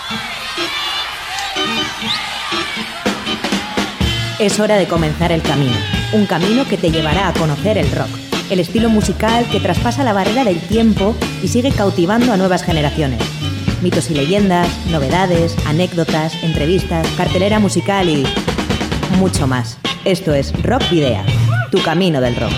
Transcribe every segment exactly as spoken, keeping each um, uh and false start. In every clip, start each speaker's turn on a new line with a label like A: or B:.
A: Es hora de comenzar el camino, un camino que te llevará a conocer el rock, el estilo musical que traspasa la barrera del tiempo y sigue cautivando a nuevas generaciones. Mitos y leyendas, novedades, anécdotas, entrevistas, cartelera musical y mucho más. Esto es Rock Video, tu camino del rock.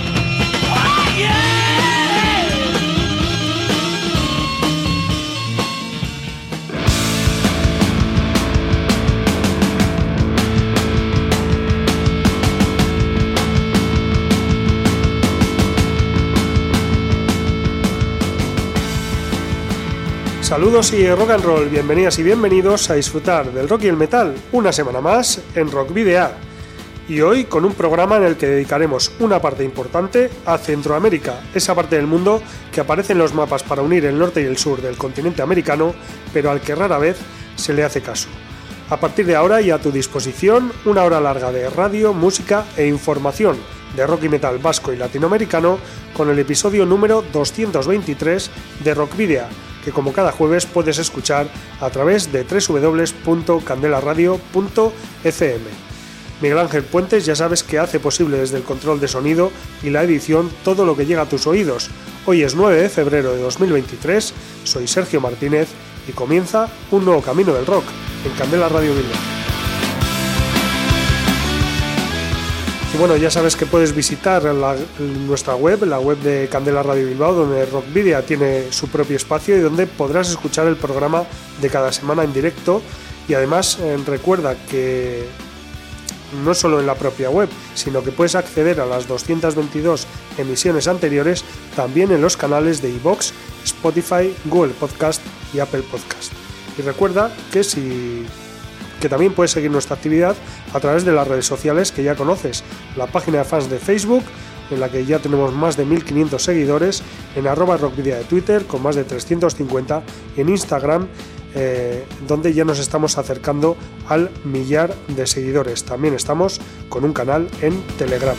B: Saludos y rock and roll, bienvenidas y bienvenidos a disfrutar del rock y el metal una semana más en Rock Video. Y hoy con un programa en el que dedicaremos una parte importante a Centroamérica, esa parte del mundo que aparece en los mapas para unir el norte y el sur del continente americano, pero al que rara vez se le hace caso. A partir de ahora y a tu disposición, una hora larga de radio, música e información de rock y metal vasco y latinoamericano con el episodio número doscientos veintitrés de Rock Video, que como cada jueves puedes escuchar a través de doble u doble u doble u punto candela radio punto efe eme. Miguel Ángel Puentes ya sabes que hace posible desde el control de sonido y la edición todo lo que llega a tus oídos. Hoy es nueve de febrero de dos mil veintitrés, soy Sergio Martínez y comienza un nuevo camino del rock en Candela Radio Bilbao. Y bueno, ya sabes que puedes visitar la, nuestra web, la web de Candela Radio Bilbao, donde Rock Video tiene su propio espacio y donde podrás escuchar el programa de cada semana en directo. Y además eh, recuerda que no solo en la propia web, sino que puedes acceder a las doscientas veintidós emisiones anteriores también en los canales de iVoox, Spotify, Google Podcast y Apple Podcast. Y recuerda que si... que también puedes seguir nuestra actividad a través de las redes sociales que ya conoces, la página de fans de Facebook, en la que ya tenemos más de mil quinientos seguidores, en arroba rockvidea de Twitter con más de trescientos cincuenta y en Instagram, eh, donde ya nos estamos acercando al millar de seguidores. También estamos con un canal en Telegram.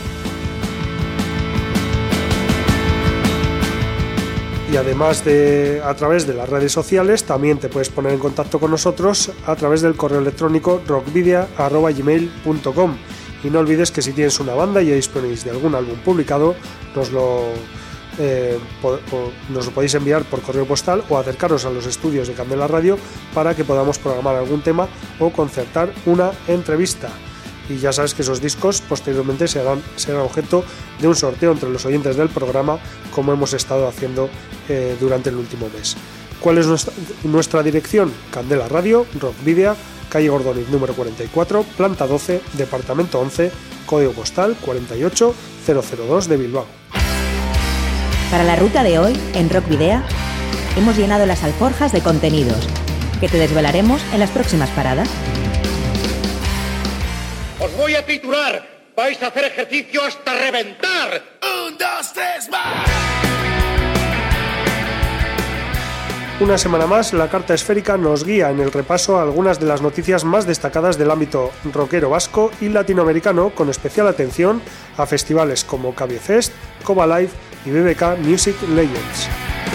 B: Y además de a través de las redes sociales, también te puedes poner en contacto con nosotros a través del correo electrónico rockvidea arroba gmail punto com. Y no olvides que si tienes una banda y ya disponéis de algún álbum publicado, nos lo, eh, po- po- nos lo podéis enviar por correo postal o acercaros a los estudios de Candela Radio para que podamos programar algún tema o concertar una entrevista. Y ya sabes que esos discos posteriormente serán, serán objeto de un sorteo entre los oyentes del programa, como hemos estado haciendo eh, durante el último mes. ¿Cuál es nuestra, nuestra dirección? Candela Radio, Rock Video, calle Gordoniz número cuarenta y cuatro, planta doce, departamento once, código postal cuarenta y ocho mil dos de Bilbao.
A: Para la ruta de hoy, en Rock Video, hemos llenado las alforjas de contenidos que te desvelaremos en las próximas paradas.
C: Os voy a triturar. Vais a hacer ejercicio hasta reventar. Un, dos, tres, más.
B: Una semana más, la carta esférica nos guía en el repaso a algunas de las noticias más destacadas del ámbito rockero vasco y latinoamericano, con especial atención a festivales como Cabiefest, Coba Live y B B K Music Legends.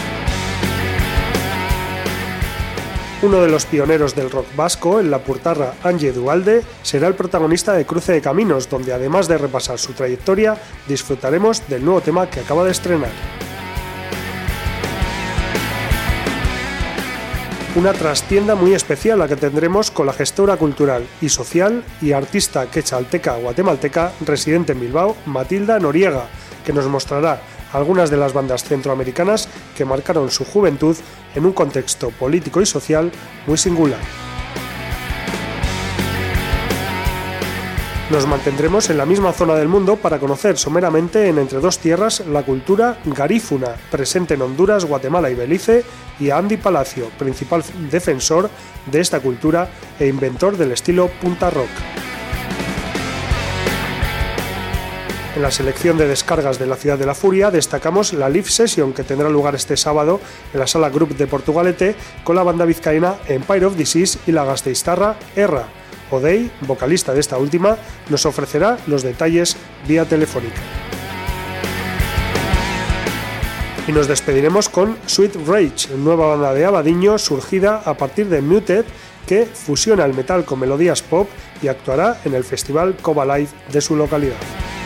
B: Uno de los pioneros del rock vasco, el lapurtarra Ange Dualde, será el protagonista de Cruce de Caminos, donde además de repasar su trayectoria, disfrutaremos del nuevo tema que acaba de estrenar. Una trastienda muy especial la que tendremos con la gestora cultural y social y artista quechalteca guatemalteca residente en Bilbao, Matilda Noriega, que nos mostrará algunas de las bandas centroamericanas que marcaron su juventud en un contexto político y social muy singular. Nos mantendremos en la misma zona del mundo para conocer someramente en Entre dos Tierras la cultura garífuna, presente en Honduras, Guatemala y Belice, y a Andy Palacio, principal defensor de esta cultura e inventor del estilo punta rock. En la selección de descargas de la Ciudad de la Furia destacamos la Live Session que tendrá lugar este sábado en la Sala Group de Portugalete con la banda vizcaína Empire of Disease y la gasteiztarra Erra. Odey, vocalista de esta última, nos ofrecerá los detalles vía telefónica. Y nos despediremos con Sweet Rage, nueva banda de Abadiño surgida a partir de Muted que fusiona el metal con melodías pop y actuará en el festival Cova Live de su localidad.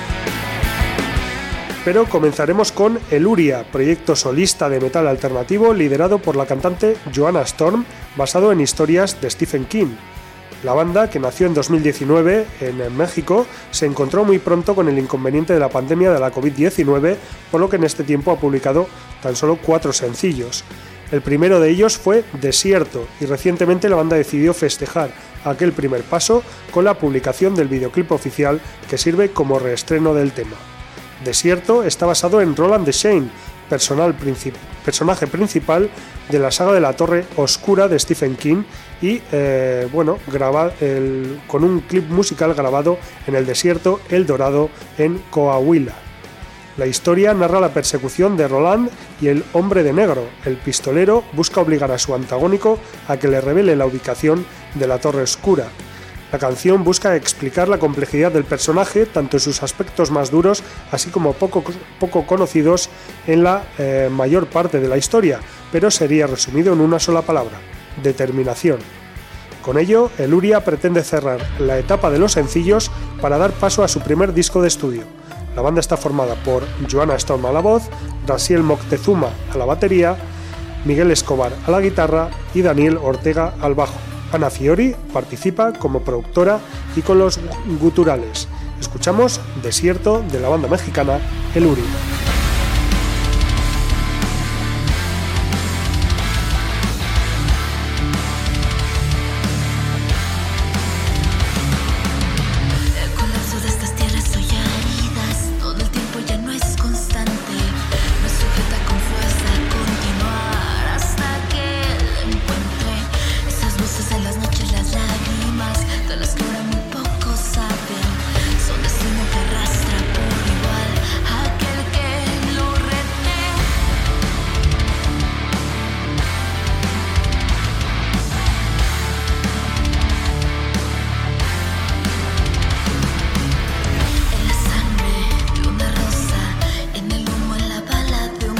B: Pero comenzaremos con Eluria, proyecto solista de metal alternativo liderado por la cantante Joanna Storm, basado en historias de Stephen King. La banda, que nació en dos mil diecinueve en México, se encontró muy pronto con el inconveniente de la pandemia de la covid diecinueve, por lo que en este tiempo ha publicado tan solo cuatro sencillos. El primero de ellos fue Desierto, y recientemente la banda decidió festejar aquel primer paso con la publicación del videoclip oficial que sirve como reestreno del tema. Desierto está basado en Roland Deschain, princip- personaje principal de la saga de la Torre Oscura de Stephen King y eh, bueno, graba el, con un clip musical grabado en el desierto El Dorado en Coahuila. La historia narra la persecución de Roland y el Hombre de Negro. El pistolero busca obligar a su antagónico a que le revele la ubicación de la Torre Oscura. La canción busca explicar la complejidad del personaje, tanto en sus aspectos más duros, así como poco, poco conocidos en la eh, mayor parte de la historia, pero sería resumido en una sola palabra: determinación. Con ello, Eluria pretende cerrar la etapa de los sencillos para dar paso a su primer disco de estudio. La banda está formada por Joanna Storm a la voz, Raziel Moctezuma a la batería, Miguel Escobar a la guitarra y Daniel Ortega al bajo. Ana Fiori participa como productora y con los guturales. Escuchamos Desierto de la banda mexicana Eluria.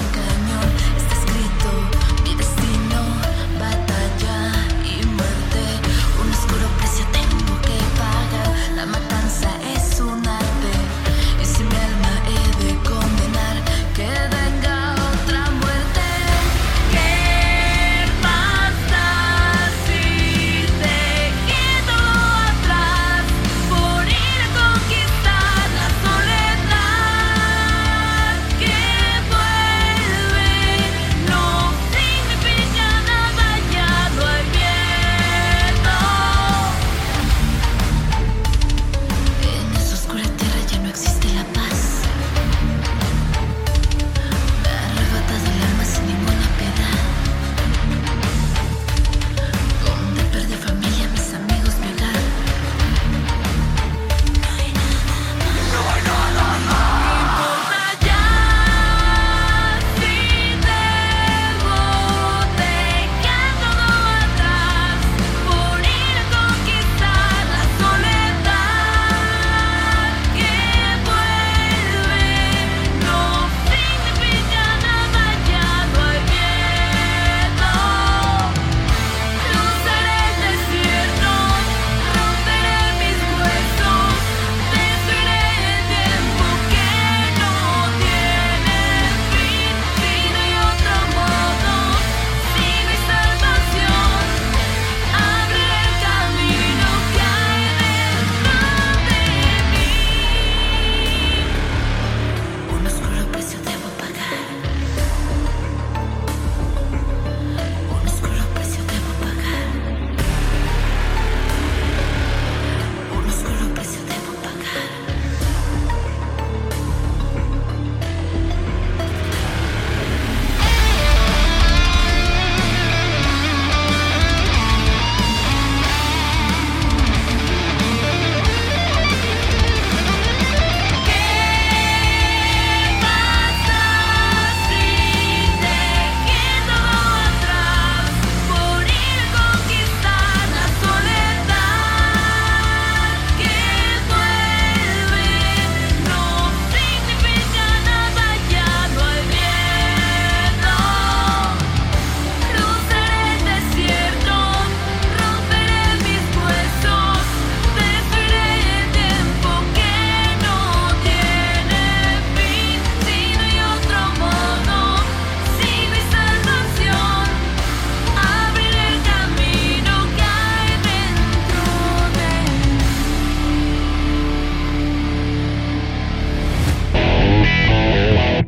D: Batalla y muerte.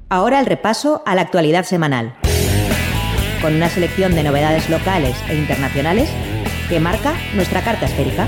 A: Ahora el repaso a la actualidad semanal, con una selección de novedades locales e internacionales que marca nuestra carta esférica.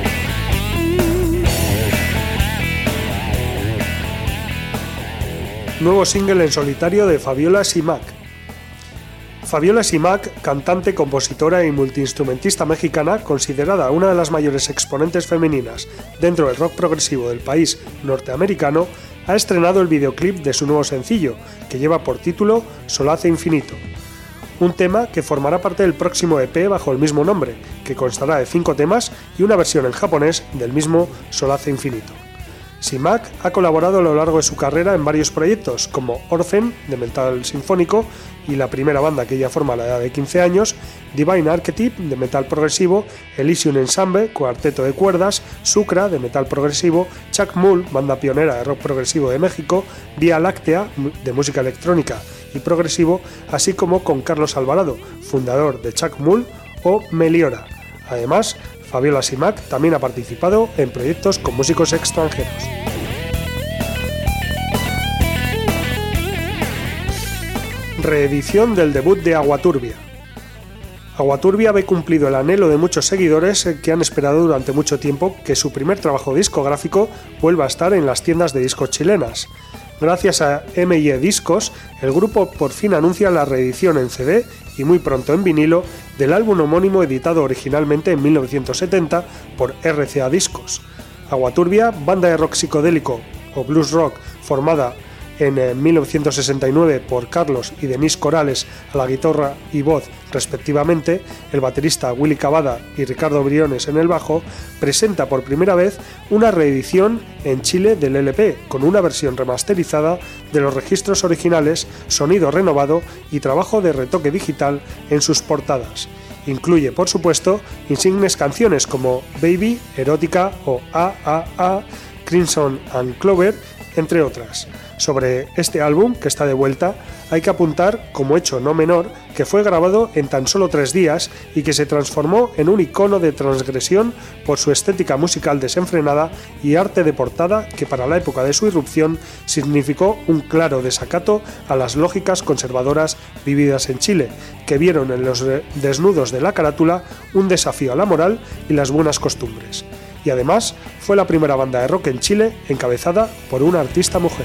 B: Nuevo single en solitario de Fabiola Simac. Fabiola Simac, cantante, compositora y multiinstrumentista mexicana, considerada una de las mayores exponentes femeninas dentro del rock progresivo del país norteamericano, ha estrenado el videoclip de su nuevo sencillo, que lleva por título Solace Infinito. Un tema que formará parte del próximo E P bajo el mismo nombre, que constará de cinco temas y una versión en japonés del mismo Solace Infinito. Simac ha colaborado a lo largo de su carrera en varios proyectos como Orphan, de metal sinfónico, y la primera banda que ella forma a la edad de quince años, Divine Archetype, de metal progresivo, Elysium Ensemble, cuarteto de cuerdas, Sucra, de metal progresivo, Chuck Mull, banda pionera de rock progresivo de México, Vía Láctea, de música electrónica y progresivo, así como con Carlos Alvarado, fundador de Chuck Mull, o Meliora. Además, Fabiola Simac también ha participado en proyectos con músicos extranjeros. Reedición del debut de Aguaturbia. Aguaturbia ve cumplido el anhelo de muchos seguidores que han esperado durante mucho tiempo que su primer trabajo discográfico vuelva a estar en las tiendas de discos chilenas. Gracias a M y E Discos, el grupo por fin anuncia la reedición en C D y muy pronto en vinilo del álbum homónimo editado originalmente en mil novecientos setenta por R C A Discos. Aguaturbia, banda de rock psicodélico o blues rock formada en mil novecientos sesenta y nueve por Carlos y Denise Corales a la guitarra y voz respectivamente, el baterista Willy Cavada y Ricardo Briones en el bajo, presenta por primera vez una reedición en Chile del L P con una versión remasterizada de los registros originales, sonido renovado y trabajo de retoque digital en sus portadas. Incluye, por supuesto, insignes canciones como Baby, Erótica o A A A, Crimson and Clover, entre otras. Sobre este álbum, que está de vuelta, hay que apuntar, como hecho no menor, que fue grabado en tan solo tres días y que se transformó en un icono de transgresión por su estética musical desenfrenada y arte de portada que para la época de su irrupción significó un claro desacato a las lógicas conservadoras vividas en Chile, que vieron en los desnudos de la carátula un desafío a la moral y las buenas costumbres. Y además fue la primera banda de rock en Chile encabezada por una artista mujer.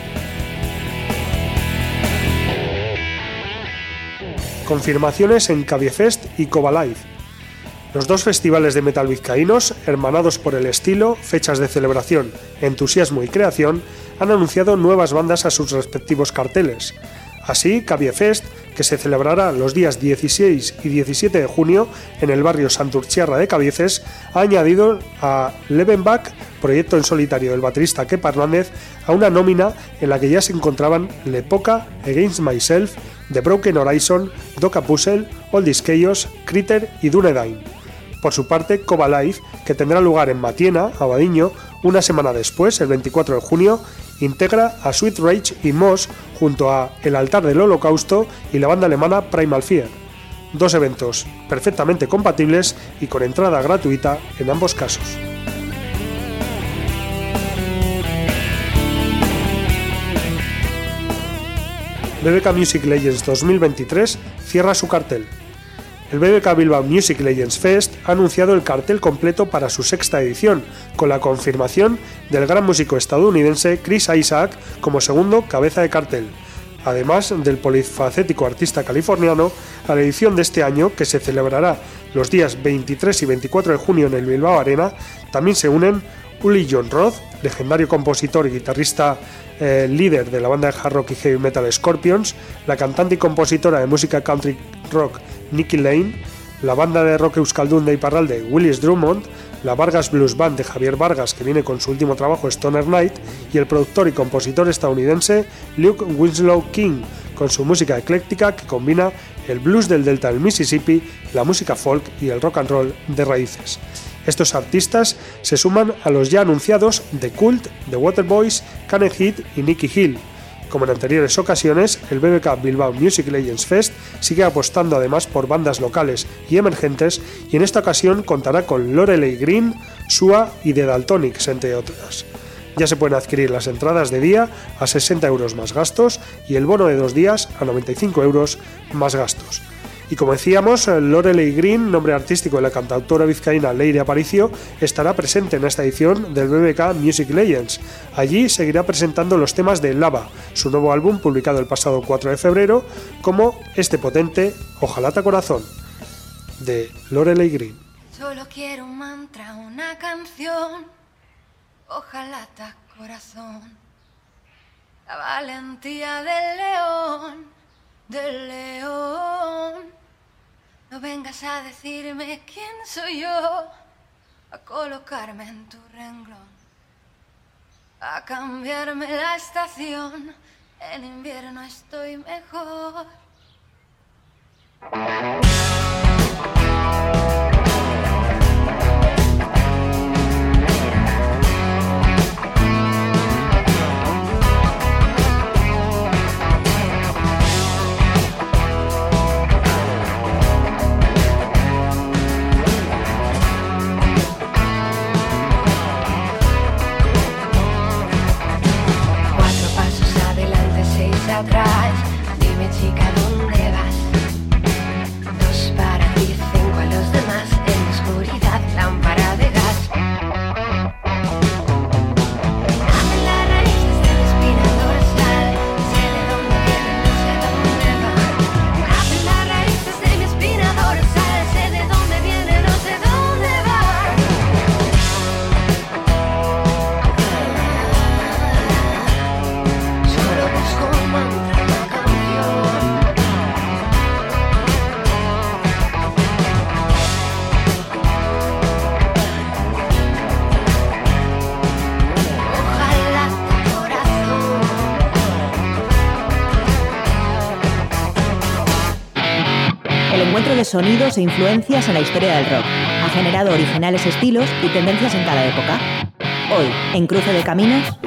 B: Confirmaciones en Cabiefest y Cobalive. Los dos festivales de metal vizcaínos, hermanados por el estilo, fechas de celebración, entusiasmo y creación, han anunciado nuevas bandas a sus respectivos carteles. Así, Cabiefest, que se celebrará los días dieciséis y diecisiete de junio en el barrio Santurchiarra de Cabieces, ha añadido a Levenbach, proyecto en solitario del baterista Kepa Hernández, a una nómina en la que ya se encontraban Lepoca, Against Myself, The Broken Horizon, Doka Puzzle, Oldies Chaos, Critter y Dunedain. Por su parte, Cobalive, que tendrá lugar en Matiena, Abadiño, una semana después, el veinticuatro de junio, integra a Sweet Rage y Moss junto a El Altar del Holocausto y la banda alemana Primal Fear. Dos eventos perfectamente compatibles y con entrada gratuita en ambos casos. B B K Music Legends dos mil veintitrés cierra su cartel. El B B K Bilbao Music Legends Fest ha anunciado el cartel completo para su sexta edición, con la confirmación del gran músico estadounidense Chris Isaac como segundo cabeza de cartel. Además del polifacético artista californiano, a la edición de este año, que se celebrará los días veintitrés y veinticuatro de junio en el Bilbao Arena, también se unen Uli John Roth, legendario compositor y guitarrista eh, líder de la banda de hard rock y heavy metal Scorpions, la cantante y compositora de música country rock Nikki Lane, la banda de rock euskaldun de Iparralde Willis Drummond, la Vargas Blues Band de Javier Vargas, que viene con su último trabajo Stoner Night, y el productor y compositor estadounidense Luke Winslow King, con su música ecléctica que combina el blues del delta del Mississippi, la música folk y el rock and roll de raíces. Estos artistas se suman a los ya anunciados The Cult, The Waterboys, Kane Heat y Nicky Hill. Como en anteriores ocasiones, el B B K Bilbao Music Legends Fest sigue apostando además por bandas locales y emergentes, y en esta ocasión contará con Lorelei Green, Sua y The Daltonics, entre otras. Ya se pueden adquirir las entradas de día a sesenta euros más gastos y el bono de dos días a noventa y cinco euros más gastos. Y como decíamos, Lorelei Green, nombre artístico de la cantautora vizcaína Leire Aparicio, estará presente en esta edición del B B K Music Legends. Allí seguirá presentando los temas de Lava, su nuevo álbum publicado el pasado cuatro de febrero, como este potente Ojalata Corazón, de Lorelei Green.
D: Solo quiero un mantra, una canción, Ojalata Corazón, la valentía del león, del león. No vengas a decirme quién soy yo, a colocarme en tu renglón, a cambiarme la estación. En invierno estoy mejor. Atrás, dime chica, ¿dónde vas? Dos para ti, cinco a los demás, en la oscuridad, lámpara de gas. Dame las raíces de la espina dorsal, sé de dónde vienen, no sé dónde van. Dame las raíces de mi espina dorsal, sé de dónde vienen, no sé dónde van. Solo busco un mantra, una canción. Ojalá corazón.
A: El encuentro de sonidos e influencias en la historia del rock ha generado originales estilos y tendencias en cada época. Hoy, en Cruce de Caminos,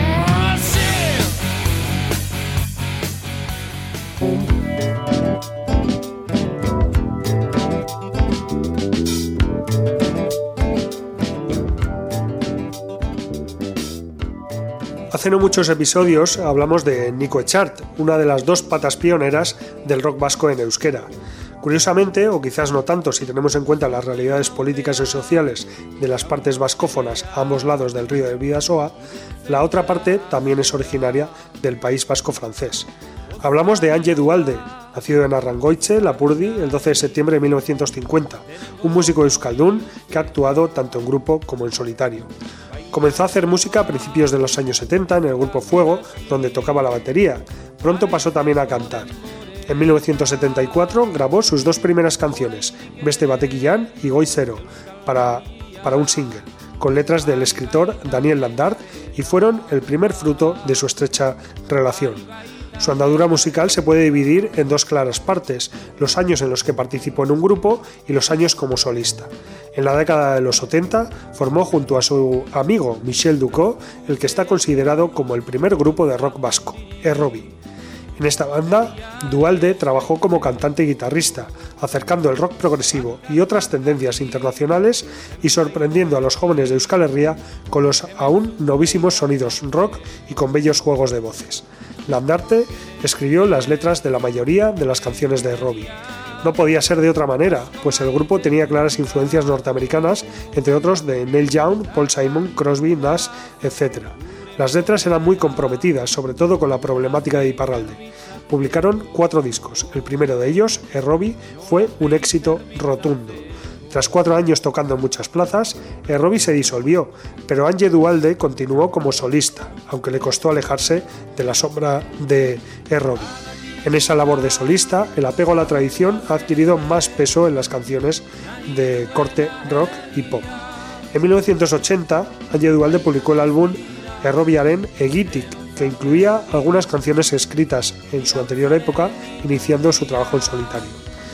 B: Hace no muchos episodios hablamos de Nico Echart, una de las dos patas pioneras del rock vasco en euskera. Curiosamente, o quizás no tanto si tenemos en cuenta las realidades políticas y sociales de las partes vascófonas a ambos lados del río de Bidasoa, la otra parte también es originaria del País Vasco francés. Hablamos de Ange Duhalde, nacido en Arrangoitxe, Lapurdi, el doce de septiembre de mil novecientos cincuenta, un músico euskaldún que ha actuado tanto en grupo como en solitario. Comenzó a hacer música a principios de los años setenta en el grupo Fuego, donde tocaba la batería. Pronto pasó también a cantar. En mil novecientos setenta y cuatro grabó sus dos primeras canciones, Beste Batekian y Goizero, para, para un single, con letras del escritor Daniel Landart, y fueron el primer fruto de su estrecha relación. Su andadura musical se puede dividir en dos claras partes, los años en los que participó en un grupo y los años como solista. En la década de los setenta formó junto a su amigo Michel Ducot el que está considerado como el primer grupo de rock vasco, Errobi. En esta banda, Duhalde trabajó como cantante y guitarrista, acercando el rock progresivo y otras tendencias internacionales y sorprendiendo a los jóvenes de Euskal Herria con los aún novísimos sonidos rock y con bellos juegos de voces. Landarte escribió las letras de la mayoría de las canciones de Errobi. No podía ser de otra manera, pues el grupo tenía claras influencias norteamericanas, entre otros de Neil Young, Paul Simon, Crosby, Nash, etcétera. Las letras eran muy comprometidas, sobre todo con la problemática de Iparralde. Publicaron cuatro discos. El primero de ellos, Errobi, fue un éxito rotundo. Tras cuatro años tocando en muchas plazas, Errobi se disolvió, pero Ange Duhalde continuó como solista, aunque le costó alejarse de la sombra de Errobi. En esa labor de solista, el apego a la tradición ha adquirido más peso en las canciones de corte rock y pop. En mil novecientos ochenta, Ange Duhalde publicó el álbum Errobiaren Egitik, que incluía algunas canciones escritas en su anterior época, iniciando su trabajo en solitario.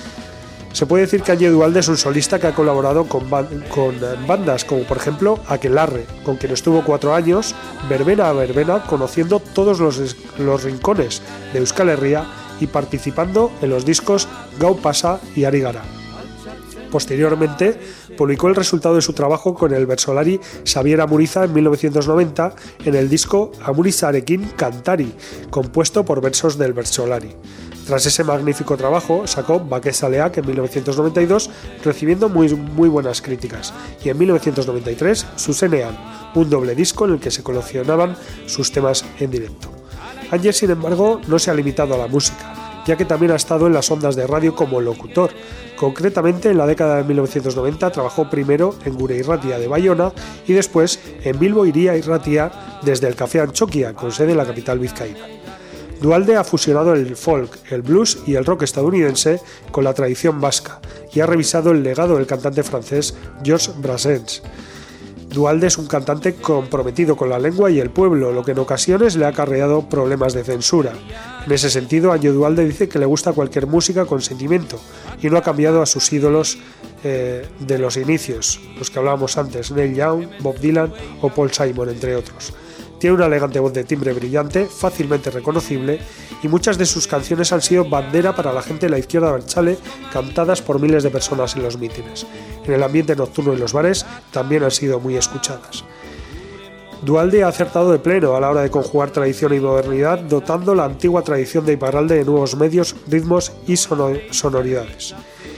B: Se puede decir que Ange Duhalde es un solista que ha colaborado con, ban- con bandas como por ejemplo Aquelarre, con quien estuvo cuatro años, verbena a verbena, conociendo todos los, los rincones de Euskal Herria y participando en los discos Gau Pasa y Ari Gara. Posteriormente, publicó el resultado de su trabajo con el bertsolari Xabier Amuriza en mil novecientos noventa en el disco Amurizarekin Kantari, compuesto por versos del bertsolari. Tras ese magnífico trabajo, sacó Bakezaleak en mil novecientos noventa y dos, recibiendo muy, muy buenas críticas, y en mil novecientos noventa y tres, Zuzenean, un doble disco en el que se coleccionaban sus temas en directo. Anger, sin embargo, no se ha limitado a la música, ya que también ha estado en las ondas de radio como locutor. Concretamente, en la década de mil novecientos noventa trabajó primero en Gure Irratia de Bayona y después en Bilbo Iria Irratia desde el Café Antxokia, con sede en la capital vizcaína. Duhalde ha fusionado el folk, el blues y el rock estadounidense con la tradición vasca y ha revisado el legado del cantante francés Georges Brassens. Duhalde es un cantante comprometido con la lengua y el pueblo, lo que en ocasiones le ha acarreado problemas de censura. En ese sentido, Año Duhalde dice que le gusta cualquier música con sentimiento y no ha cambiado a sus ídolos eh, de los inicios, los que hablábamos antes, Neil Young, Bob Dylan o Paul Simon, entre otros. Tiene una elegante voz de timbre brillante, fácilmente reconocible, y muchas de sus canciones han sido bandera para la gente de la izquierda abertzale, cantadas por miles de personas en los mítines. En el ambiente nocturno y los bares también han sido muy escuchadas. Duhalde ha acertado de pleno a la hora de conjugar tradición y modernidad, dotando la antigua tradición de Iparralde de nuevos medios, ritmos y sonoridades.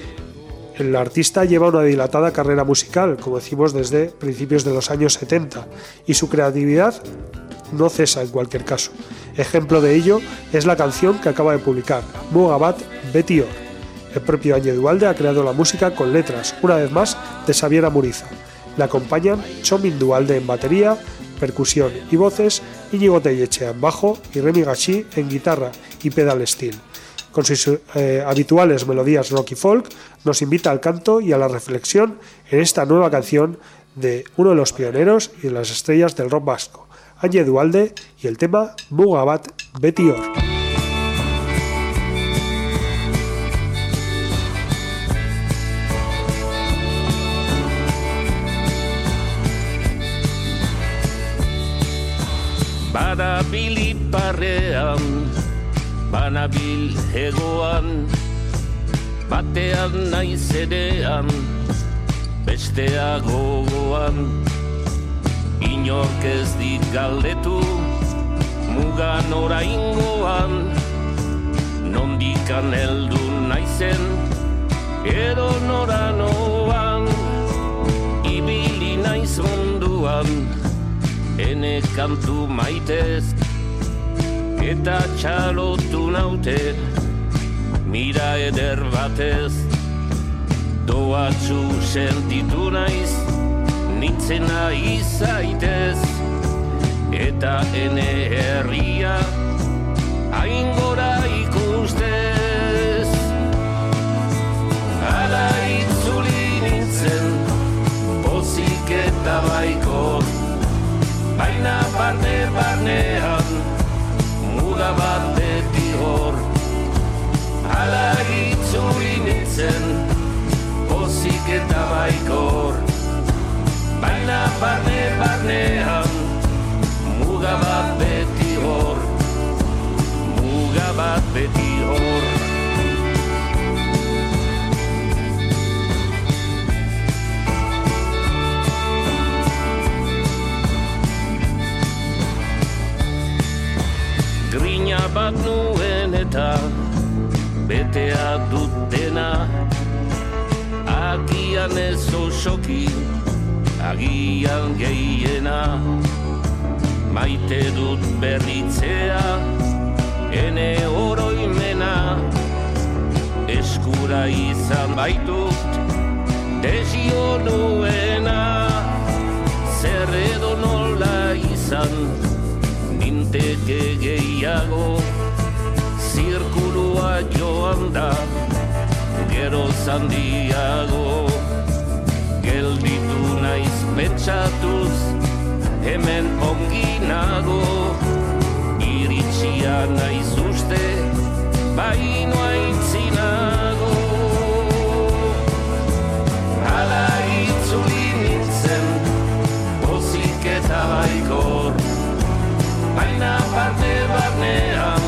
B: El artista lleva una dilatada carrera musical, como decimos, desde principios de los años setenta, y su creatividad no cesa en cualquier caso. Ejemplo de ello es la canción que acaba de publicar, Mugabat Betior. El propio Año Duhalde ha creado la música con letras, una vez más, de Xabier Amuriza. Le acompañan Txomin Duhalde en batería, percusión y voces, Íñigo Telletxea en bajo y Remi Gachi en guitarra y pedal steel. Con sus eh, habituales melodías rock y folk, nos invita al canto y a la reflexión en esta nueva canción de uno de los pioneros y de las estrellas del rock vasco, Año Duhalde, y el tema Mugabat Betior.
E: Banabil iparrean, banabil hegoan, batean naizerean, bestea gogoan. Inork ez dit galdetu, mugan oraingoan, nondikan heldu naizen, edo nora noan, ibili naiz munduan, ene kantu maitez, eta txalotu naute, mira eder batez, doatzu sentitu naiz, nintzena izaitez, eta ene herria, hain gora ikustez. Hala itzuli nintzen, pozik eta baikor, baina barne barnean, muga bat beti hor. Hala itzuli nintzen, pozik eta baikor, baina barne barnean, muga bat beti hor, muga bat beti hor. Grina bat nuen eta betea dutena, agian ez osoki, agian gehiena, maite dut berritzea, ene oroimena, eskura izan baitut, desio nuena, zer edo nola izan, ninteke gehiago, zirkulua joan da, gero zandiago, gelditu naiz pentsatuz, hemen ongi nago, iritsia naiz uste, baino aintzinago. Hala itzuli nintzen, pozik eta baikor, baina parte barnean,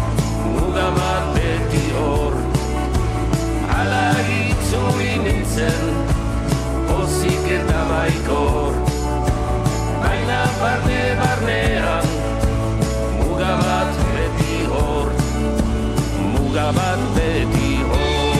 E: muga bat beti hor. Hala itzuli nintzen, baikor, baina barne barnean, muga bat beti hor, muga bat beti hor.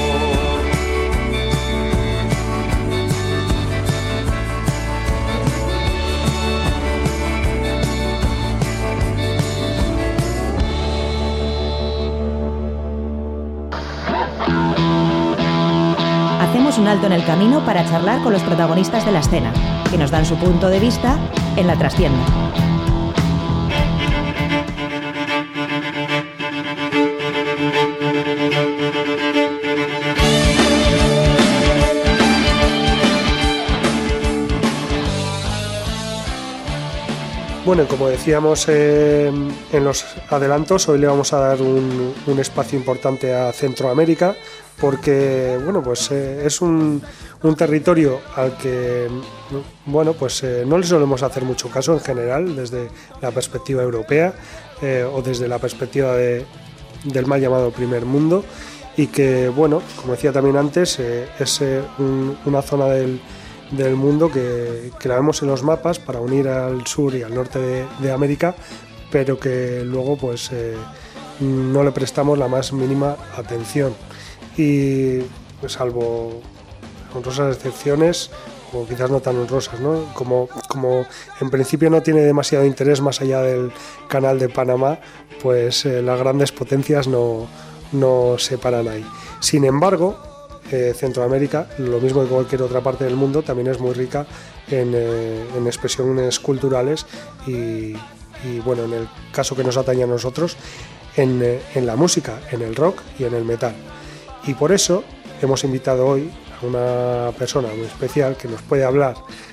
A: Hacemos un alto en el camino para charlar con los protagonistas de la escena, que nos dan su punto de vista en la trastienda.
B: Bueno, como decíamos eh, en los adelantos, hoy le vamos a dar un, un espacio importante a Centroamérica, porque bueno, pues eh, es un, un territorio al que bueno, pues eh, no le solemos hacer mucho caso en general desde la perspectiva europea eh, o desde la perspectiva de, del mal llamado primer mundo, y que bueno, como decía también antes, eh, es eh, un, una zona del del mundo que, que la vemos en los mapas para unir al sur y al norte de, de América, pero que luego pues eh, no le prestamos la más mínima atención, y pues, salvo honrosas excepciones o quizás no tan honrosas, ¿no? Como, como en principio no tiene demasiado interés más allá del canal de Panamá, pues eh, las grandes potencias no, no se paran ahí. Sin embargo, Eh, Centroamérica, lo mismo que cualquier otra parte del mundo, también es muy rica en, eh, en expresiones culturales y, y bueno, en el caso que nos atañe a nosotros, en, eh, en la música, en el rock y en el metal. Y por eso hemos invitado hoy a una persona muy especial que nos puede hablar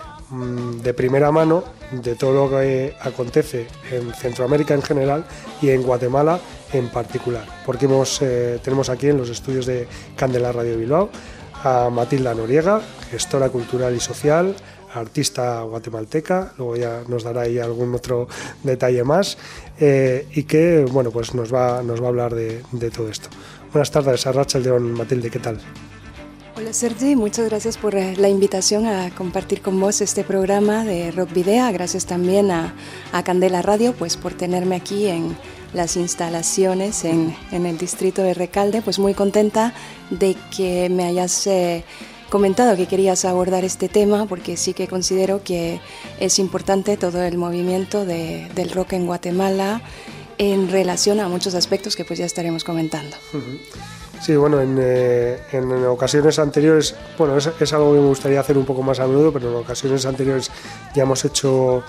B: mmm, de primera mano de todo lo que acontece en Centroamérica en general y en Guatemala en particular, porque hemos, eh, tenemos aquí en los estudios de Candela Radio Bilbao a Matilda Noriega, gestora cultural y social, artista guatemalteca, luego ya nos dará ahí algún otro detalle más, eh, y que bueno, pues nos va, nos va a hablar de, de todo esto. Buenas tardes, Arratsaldeon, Matilde, ¿qué tal?
F: Hola Sergi, muchas gracias por la invitación a compartir con vos este programa de Rock Video. Gracias también a, a Candela Radio pues por tenerme aquí en las instalaciones en, en el distrito de Recalde. Pues muy contenta de que me hayas eh, comentado que querías abordar este tema, porque sí que considero que es importante todo el movimiento de, del rock en Guatemala en relación a muchos aspectos que pues ya estaremos comentando. Uh-huh.
B: Sí, bueno, en, eh, en, en ocasiones anteriores, bueno, es, es algo que me gustaría hacer un poco más a menudo, pero en ocasiones anteriores ya hemos hecho,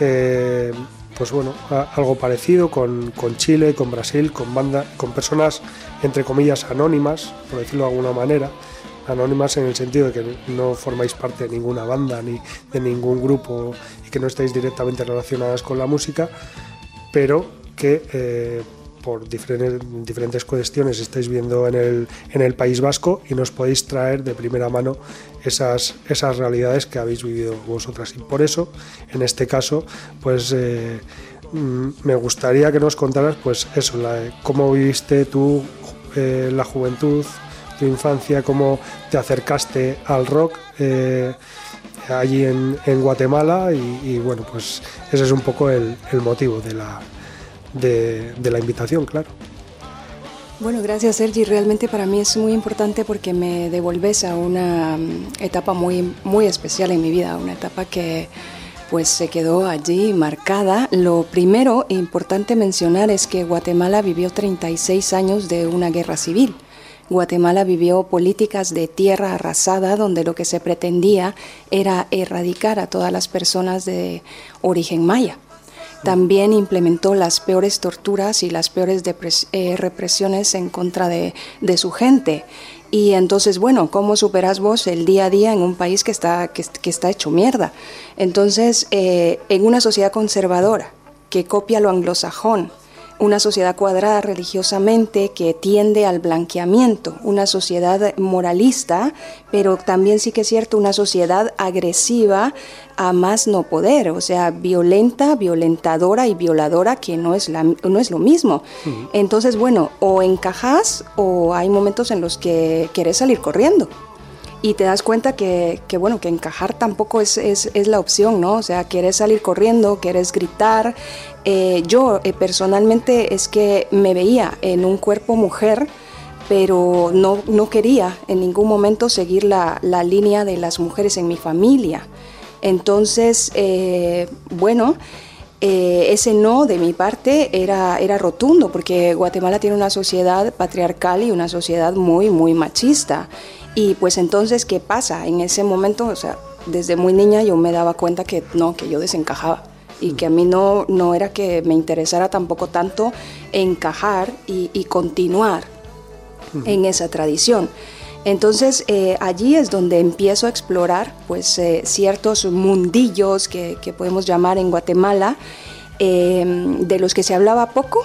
B: eh, pues bueno, a, algo parecido con, con Chile, con Brasil, con banda, con personas, entre comillas, anónimas, por decirlo de alguna manera, anónimas en el sentido de que no formáis parte de ninguna banda ni de ningún grupo y que no estáis directamente relacionadas con la música, pero que eh, por diferentes, diferentes cuestiones estáis viendo en el, en el País Vasco y nos podéis traer de primera mano esas, esas realidades que habéis vivido vosotras. Y por eso, en este caso, pues eh, me gustaría que nos contaras pues eso, la, cómo viviste tú eh, la juventud, tu infancia, cómo te acercaste al rock eh, allí en, en Guatemala y, y bueno, pues ese es un poco el, el motivo de la De, de la invitación, claro.
F: Bueno, gracias Sergi, realmente para mí es muy importante porque me devolves a una etapa muy, muy especial en mi vida, una etapa que pues se quedó allí marcada. Lo primero importante mencionar es que Guatemala vivió treinta y seis años de una guerra civil. Guatemala vivió políticas de tierra arrasada donde lo que se pretendía era erradicar a todas las personas de origen maya. También implementó las peores torturas y las peores depres- eh, represiones en contra de, de su gente. Y entonces, bueno, ¿cómo superas vos el día a día en un país que está, que, que está hecho mierda? Entonces, eh, en una sociedad conservadora que copia lo anglosajón, una sociedad cuadrada religiosamente que tiende al blanqueamiento, una sociedad moralista, pero también sí que es cierto, una sociedad agresiva a más no poder, o sea, violenta, violentadora y violadora, que no es, la, no es lo mismo. Uh-huh. Entonces, bueno, o encajas o hay momentos en los que querés salir corriendo. y te das cuenta que, que bueno, que encajar tampoco es, es, es la opción, ¿no? O sea, quieres salir corriendo, quieres gritar. Eh, yo eh, personalmente es que me veía en un cuerpo mujer, pero no, no quería en ningún momento seguir la, la línea de las mujeres en mi familia. Entonces, eh, bueno, eh, ese no de mi parte era, era rotundo, porque Guatemala tiene una sociedad patriarcal y una sociedad muy, muy machista. Y pues entonces, ¿qué pasa? En ese momento, o sea, desde muy niña yo me daba cuenta que no, que yo desencajaba. Y que a mí no, no era que me interesara tampoco tanto encajar y, y continuar uh-huh. en esa tradición. Entonces eh, allí es donde empiezo a explorar pues, eh, ciertos mundillos que, que podemos llamar en Guatemala, eh, de los que se hablaba poco,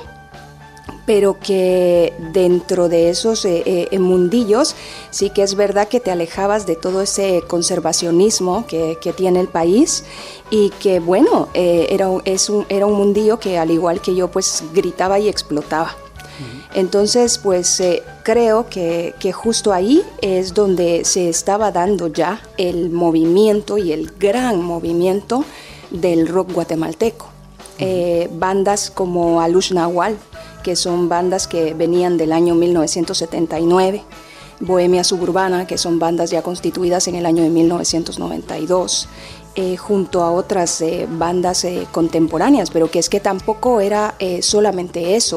F: pero que dentro de esos eh, eh, mundillos sí que es verdad que te alejabas de todo ese conservacionismo que, que tiene el país, y que bueno, eh, era, es un, era un mundillo que al igual que yo pues gritaba y explotaba. Entonces, pues eh, creo que, que justo ahí es donde se estaba dando ya el movimiento y el gran movimiento del rock guatemalteco. Uh-huh. Eh, bandas como Alush Nahual, que son bandas que venían del año mil novecientos setenta y nueve, Bohemia Suburbana, que son bandas ya constituidas en el año de mil novecientos noventa y dos, eh, junto a otras eh, bandas eh, contemporáneas, pero que es que tampoco era eh, solamente eso.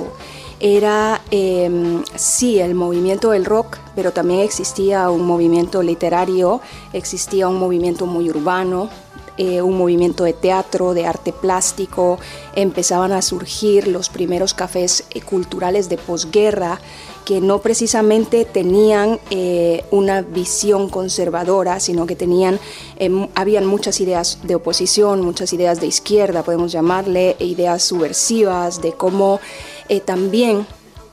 F: Era, eh, sí, el movimiento del rock, pero también existía un movimiento literario, existía un movimiento muy urbano, eh, un movimiento de teatro, de arte plástico. Empezaban a surgir los primeros cafés eh, culturales de posguerra, que no precisamente tenían eh, una visión conservadora, sino que tenían, eh, habían muchas ideas de oposición, muchas ideas de izquierda, podemos llamarle, ideas subversivas de cómo Eh, también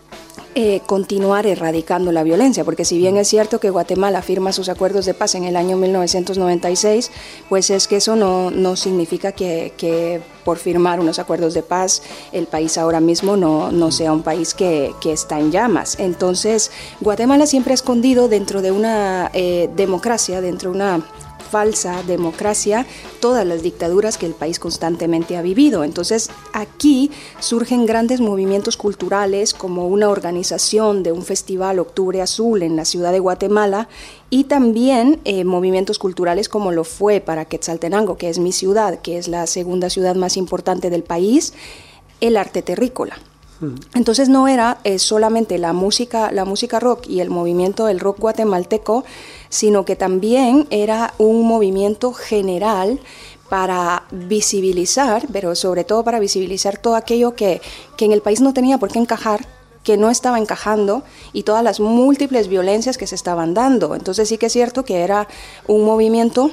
F: eh, continuar erradicando la violencia, porque si bien es cierto que Guatemala firma sus acuerdos de paz en el año mil novecientos noventa y seis, pues es que eso no, no significa que, que por firmar unos acuerdos de paz el país ahora mismo no, no sea un país que, que está en llamas. Entonces Guatemala siempre ha escondido dentro de una eh, democracia, dentro de una falsa democracia, todas las dictaduras que el país constantemente ha vivido. Entonces aquí surgen grandes movimientos culturales, como una organización de un festival Octubre Azul en la ciudad de Guatemala, y también eh, movimientos culturales como lo fue para Quetzaltenango, que es mi ciudad, que es la segunda ciudad más importante del país, el arte terrícola. Entonces no era eh, solamente la música, la música rock y el movimiento del rock guatemalteco, sino que también era un movimiento general para visibilizar, pero sobre todo para visibilizar todo aquello que, que en el país no tenía por qué encajar, que no estaba encajando, y todas las múltiples violencias que se estaban dando. Entonces sí que es cierto que era un movimiento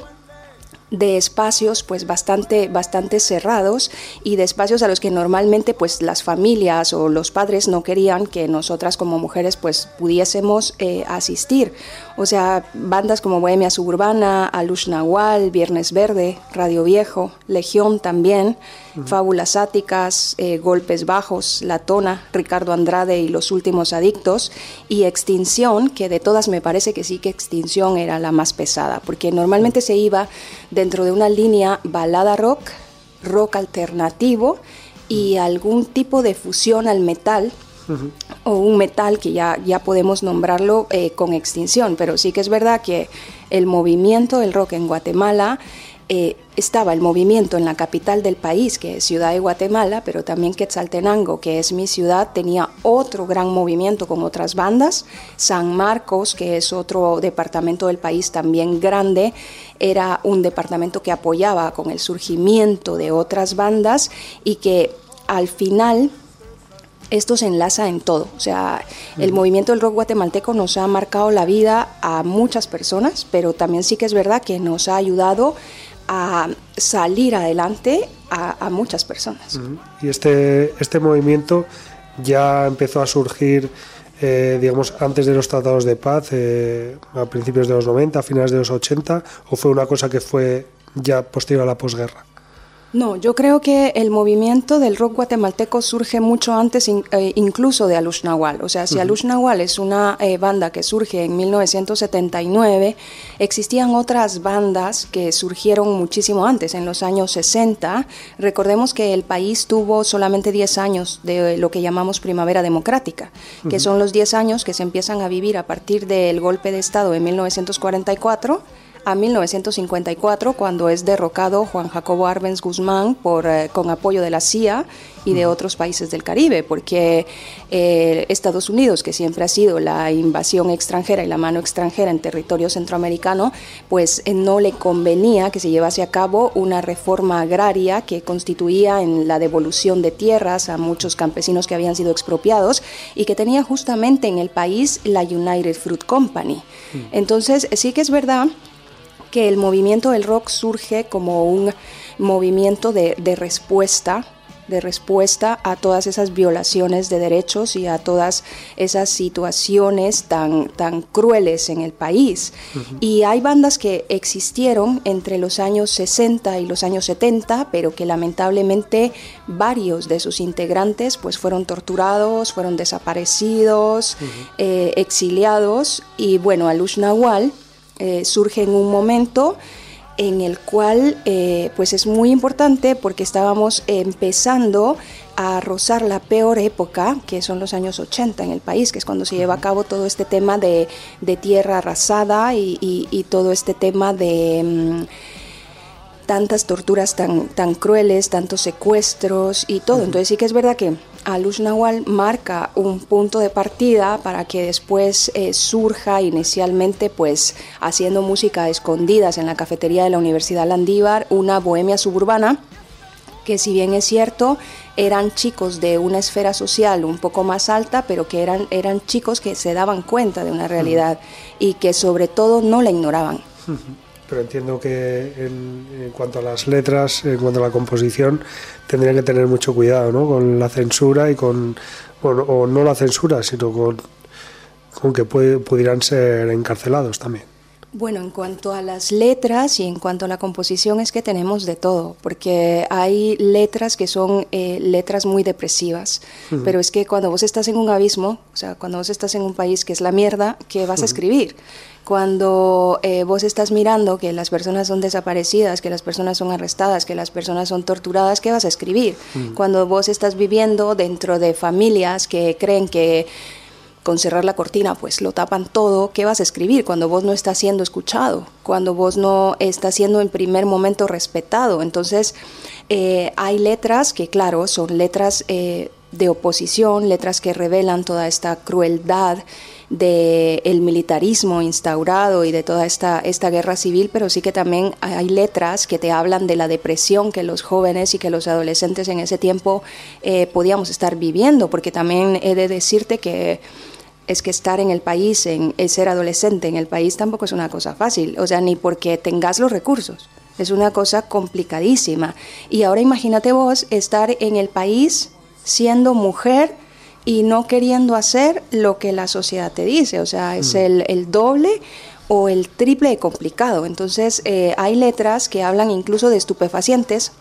F: de espacios pues bastante, bastante cerrados, y de espacios a los que normalmente pues las familias o los padres no querían que nosotras como mujeres pues pudiésemos eh, asistir. O sea, bandas como Bohemia Suburbana, Alush Nahual, Viernes Verde, Radio Viejo, Legión también, uh-huh. Fábulas Áticas, eh, Golpes Bajos, La Tona, Ricardo Andrade y Los Últimos Adictos, y Extinción, que de todas me parece que sí que Extinción era la más pesada, porque normalmente se iba dentro de una línea balada rock, rock alternativo y algún tipo de fusión al metal, uh-huh. o un metal que ya, ya podemos nombrarlo eh, con Extinción. Pero sí que es verdad que el movimiento del rock en Guatemala, eh, estaba el movimiento en la capital del país, que es Ciudad de Guatemala, pero también Quetzaltenango, que es mi ciudad, tenía otro gran movimiento con otras bandas. San Marcos, que es otro departamento del país también grande, era un departamento que apoyaba con el surgimiento de otras bandas, y que al final esto se enlaza en todo. O sea, el movimiento del rock guatemalteco nos ha marcado la vida a muchas personas, pero también sí que es verdad que nos ha ayudado a salir adelante a, a muchas personas.
B: Uh-huh. Y este, este movimiento ya empezó a surgir, eh, digamos, antes de los tratados de paz, eh, a principios de los noventa, a finales de los ochenta, ¿o fue una cosa que fue ya posterior a la posguerra?
F: No, yo creo que el movimiento del rock guatemalteco surge mucho antes in, eh, incluso de Alush Nahual. O sea, si uh-huh. Alush Nahual es una eh, banda que surge en mil novecientos setenta y nueve, existían otras bandas que surgieron muchísimo antes, en los años sesenta. Recordemos que el país tuvo solamente diez años de lo que llamamos primavera democrática, uh-huh. que son los diez años que se empiezan a vivir a partir del golpe de Estado de mil novecientos cuarenta y cuatro a mil novecientos cincuenta y cuatro, cuando es derrocado Juan Jacobo Arbenz Guzmán por, eh, con apoyo de la C I A y de otros países del Caribe, porque eh, Estados Unidos, que siempre ha sido la invasión extranjera y la mano extranjera en territorio centroamericano, pues eh, no le convenía que se llevase a cabo una reforma agraria que constituía en la devolución de tierras a muchos campesinos que habían sido expropiados y que tenía justamente en el país la United Fruit Company. Mm. Entonces, sí que es verdad que el movimiento del rock surge como un movimiento de, de respuesta, de respuesta a todas esas violaciones de derechos y a todas esas situaciones tan, tan crueles en el país. Uh-huh. Y hay bandas que existieron entre los años sesenta y los años setenta, pero que lamentablemente varios de sus integrantes pues fueron torturados, fueron desaparecidos, uh-huh. eh, exiliados, y bueno, Alush Nahual Eh, surge en un momento en el cual eh, pues es muy importante porque estábamos empezando a rozar la peor época, que son los años ochenta en el país, que es cuando se lleva a cabo todo este tema de, de tierra arrasada y, y, y todo este tema de mmm, tantas torturas tan, tan crueles, tantos secuestros y todo. Entonces sí que es verdad que Alush Nahual marca un punto de partida para que después eh, surja inicialmente pues haciendo música a escondidas en la cafetería de la Universidad Landívar, una bohemia suburbana que, si bien es cierto, eran chicos de una esfera social un poco más alta, pero que eran, eran chicos que se daban cuenta de una realidad uh-huh. y que sobre todo no la ignoraban.
B: Uh-huh. Pero entiendo que en, en cuanto a las letras, en cuanto a la composición, tendrían que tener mucho cuidado, ¿no? Con la censura y con, bueno, o no la censura, sino con, con que puede, pudieran ser encarcelados también.
F: Bueno, en cuanto a las letras y en cuanto a la composición es que tenemos de todo, porque hay letras que son eh, letras muy depresivas, uh-huh. pero es que cuando vos estás en un abismo, o sea, cuando vos estás en un país que es la mierda, ¿qué vas uh-huh. a escribir? Cuando eh, vos estás mirando que las personas son desaparecidas, que las personas son arrestadas, que las personas son torturadas, ¿qué vas a escribir? Uh-huh. Cuando vos estás viviendo dentro de familias que creen que con cerrar la cortina pues lo tapan todo, ¿qué vas a escribir? Cuando vos no estás siendo escuchado, cuando vos no estás siendo en primer momento respetado. Entonces eh, hay letras que, claro, son letras eh, de oposición, letras que revelan toda esta crueldad del militarismo instaurado y de toda esta, esta guerra civil, pero sí que también hay letras que te hablan de la depresión que los jóvenes y que los adolescentes en ese tiempo eh, podíamos estar viviendo, porque también he de decirte que es que estar en el país, en, en ser adolescente en el país tampoco es una cosa fácil, o sea, ni porque tengas los recursos, es una cosa complicadísima. Y ahora imagínate vos estar en el país siendo mujer y no queriendo hacer lo que la sociedad te dice, o sea, es mm. el, el doble o el triple de complicado. Entonces eh, hay letras que hablan incluso de estupefacientes,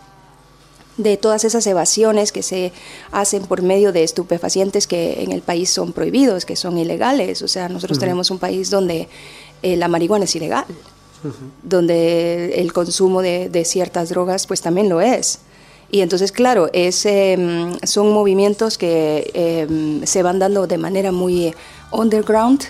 F: de todas esas evasiones que se hacen por medio de estupefacientes que en el país son prohibidos, que son ilegales. O sea, nosotros uh-huh. tenemos un país donde eh, la marihuana es ilegal, uh-huh. donde el consumo de, de ciertas drogas pues también lo es. Y entonces, claro, es, eh, son movimientos que eh, se van dando de manera muy underground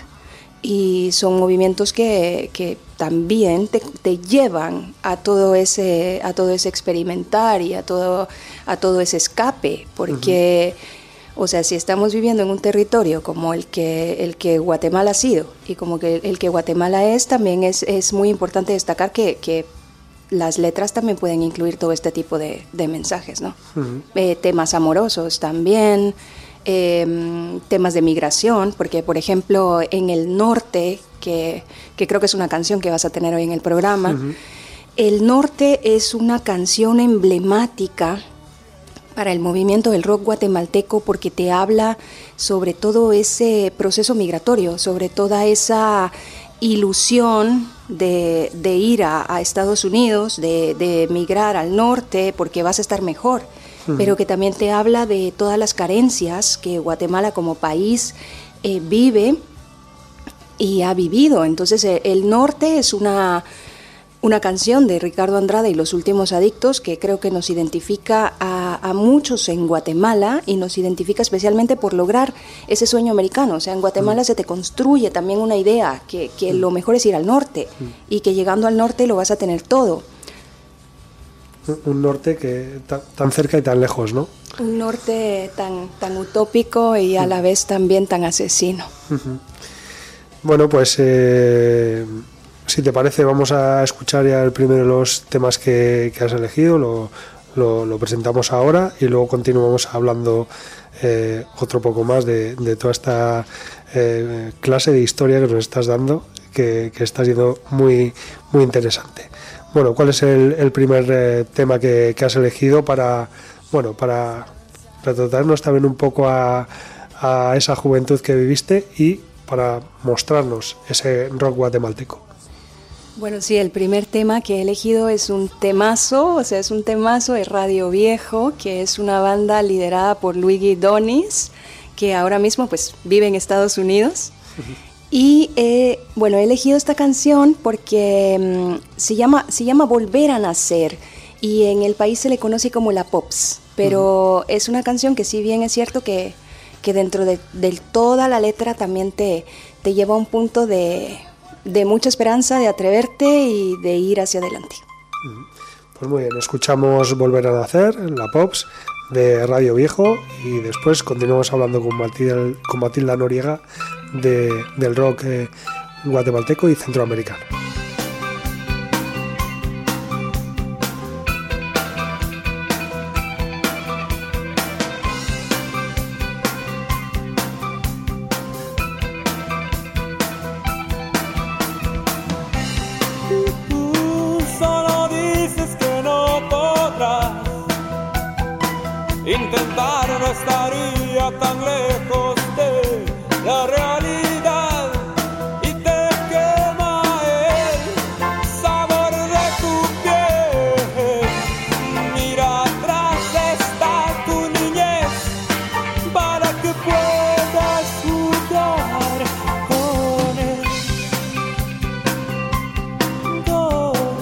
F: y son movimientos que, que también te, te llevan a todo ese a todo ese experimentar y a todo a todo ese escape, porque uh-huh. o sea, si estamos viviendo en un territorio como el que el que Guatemala ha sido y como que el que Guatemala es, también es, es muy importante destacar que, que las letras también pueden incluir todo este tipo de, de mensajes, ¿no? Uh-huh. Eh, temas amorosos también, eh, temas de migración, porque por ejemplo en el norte, que, que creo que es una canción que vas a tener hoy en el programa, uh-huh. El norte es una canción emblemática para el movimiento del rock guatemalteco porque te habla sobre todo ese proceso migratorio, sobre toda esa ilusión de, de ir a, a Estados Unidos, de, de emigrar al norte porque vas a estar mejor, uh-huh. pero que también te habla de todas las carencias que Guatemala como país eh, vive y ha vivido. Entonces eh, el norte es una... Una canción de Ricardo Andrade y Los Últimos Adictos que creo que nos identifica a, a muchos en Guatemala y nos identifica especialmente por lograr ese sueño americano. O sea, en Guatemala mm. se te construye también una idea que, que mm. lo mejor es ir al norte mm. y que llegando al norte lo vas a tener todo.
B: Un norte que tan, tan cerca y tan lejos, ¿no?
F: Un norte tan, tan utópico y a mm. la vez también tan asesino.
B: Uh-huh. Bueno, pues... Eh... Si te parece, vamos a escuchar ya el primero de los temas que, que has elegido, lo, lo, lo presentamos ahora y luego continuamos hablando eh, otro poco más de, de toda esta eh, clase de historia que nos estás dando, que, que está siendo muy, muy interesante. Bueno, ¿cuál es el, el primer eh, tema que, que has elegido para, bueno, para retratarnos también un poco a, a esa juventud que viviste y para mostrarnos ese rock guatemalteco?
F: Bueno, sí, el primer tema que he elegido es un temazo, o sea, es un temazo de Radio Viejo, que es una banda liderada por Luigi Donis, que ahora mismo pues vive en Estados Unidos. Uh-huh. Y eh, bueno, he elegido esta canción porque um, se llama, se llama Volver a Nacer, y en el país se le conoce como la Pops, pero uh-huh. es una canción que si bien es cierto que, que dentro de, de toda la letra también te, te lleva a un punto de... de mucha esperanza, de atreverte y de ir hacia adelante.
B: Pues muy bien, escuchamos Volver a Nacer, la Pops de Radio Viejo, y después continuamos hablando con Matilda, con Matilda Noriega de, del rock eh, guatemalteco y centroamericano.
G: Intentar no estaría tan lejos de la realidad y te quema el sabor de tu piel. Mira, atrás está tu niñez para que puedas jugar con él. Con él.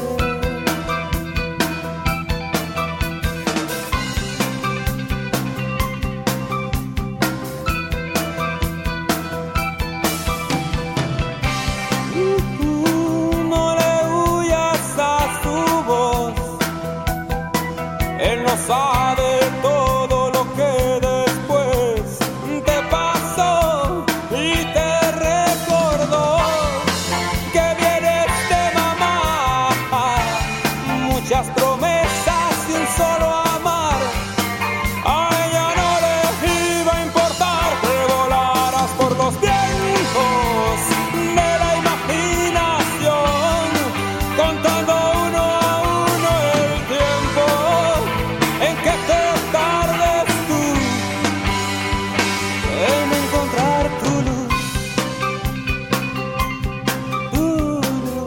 G: Sabe todo lo que después te pasó y te recordó que vienes de mamá, muchas promesas y un solo amar. A ella no le iba a importar que volaras por los vientos de la imaginación, contando uno a uno el tiempo en que te tardes tú en encontrar tu luz, tu luz.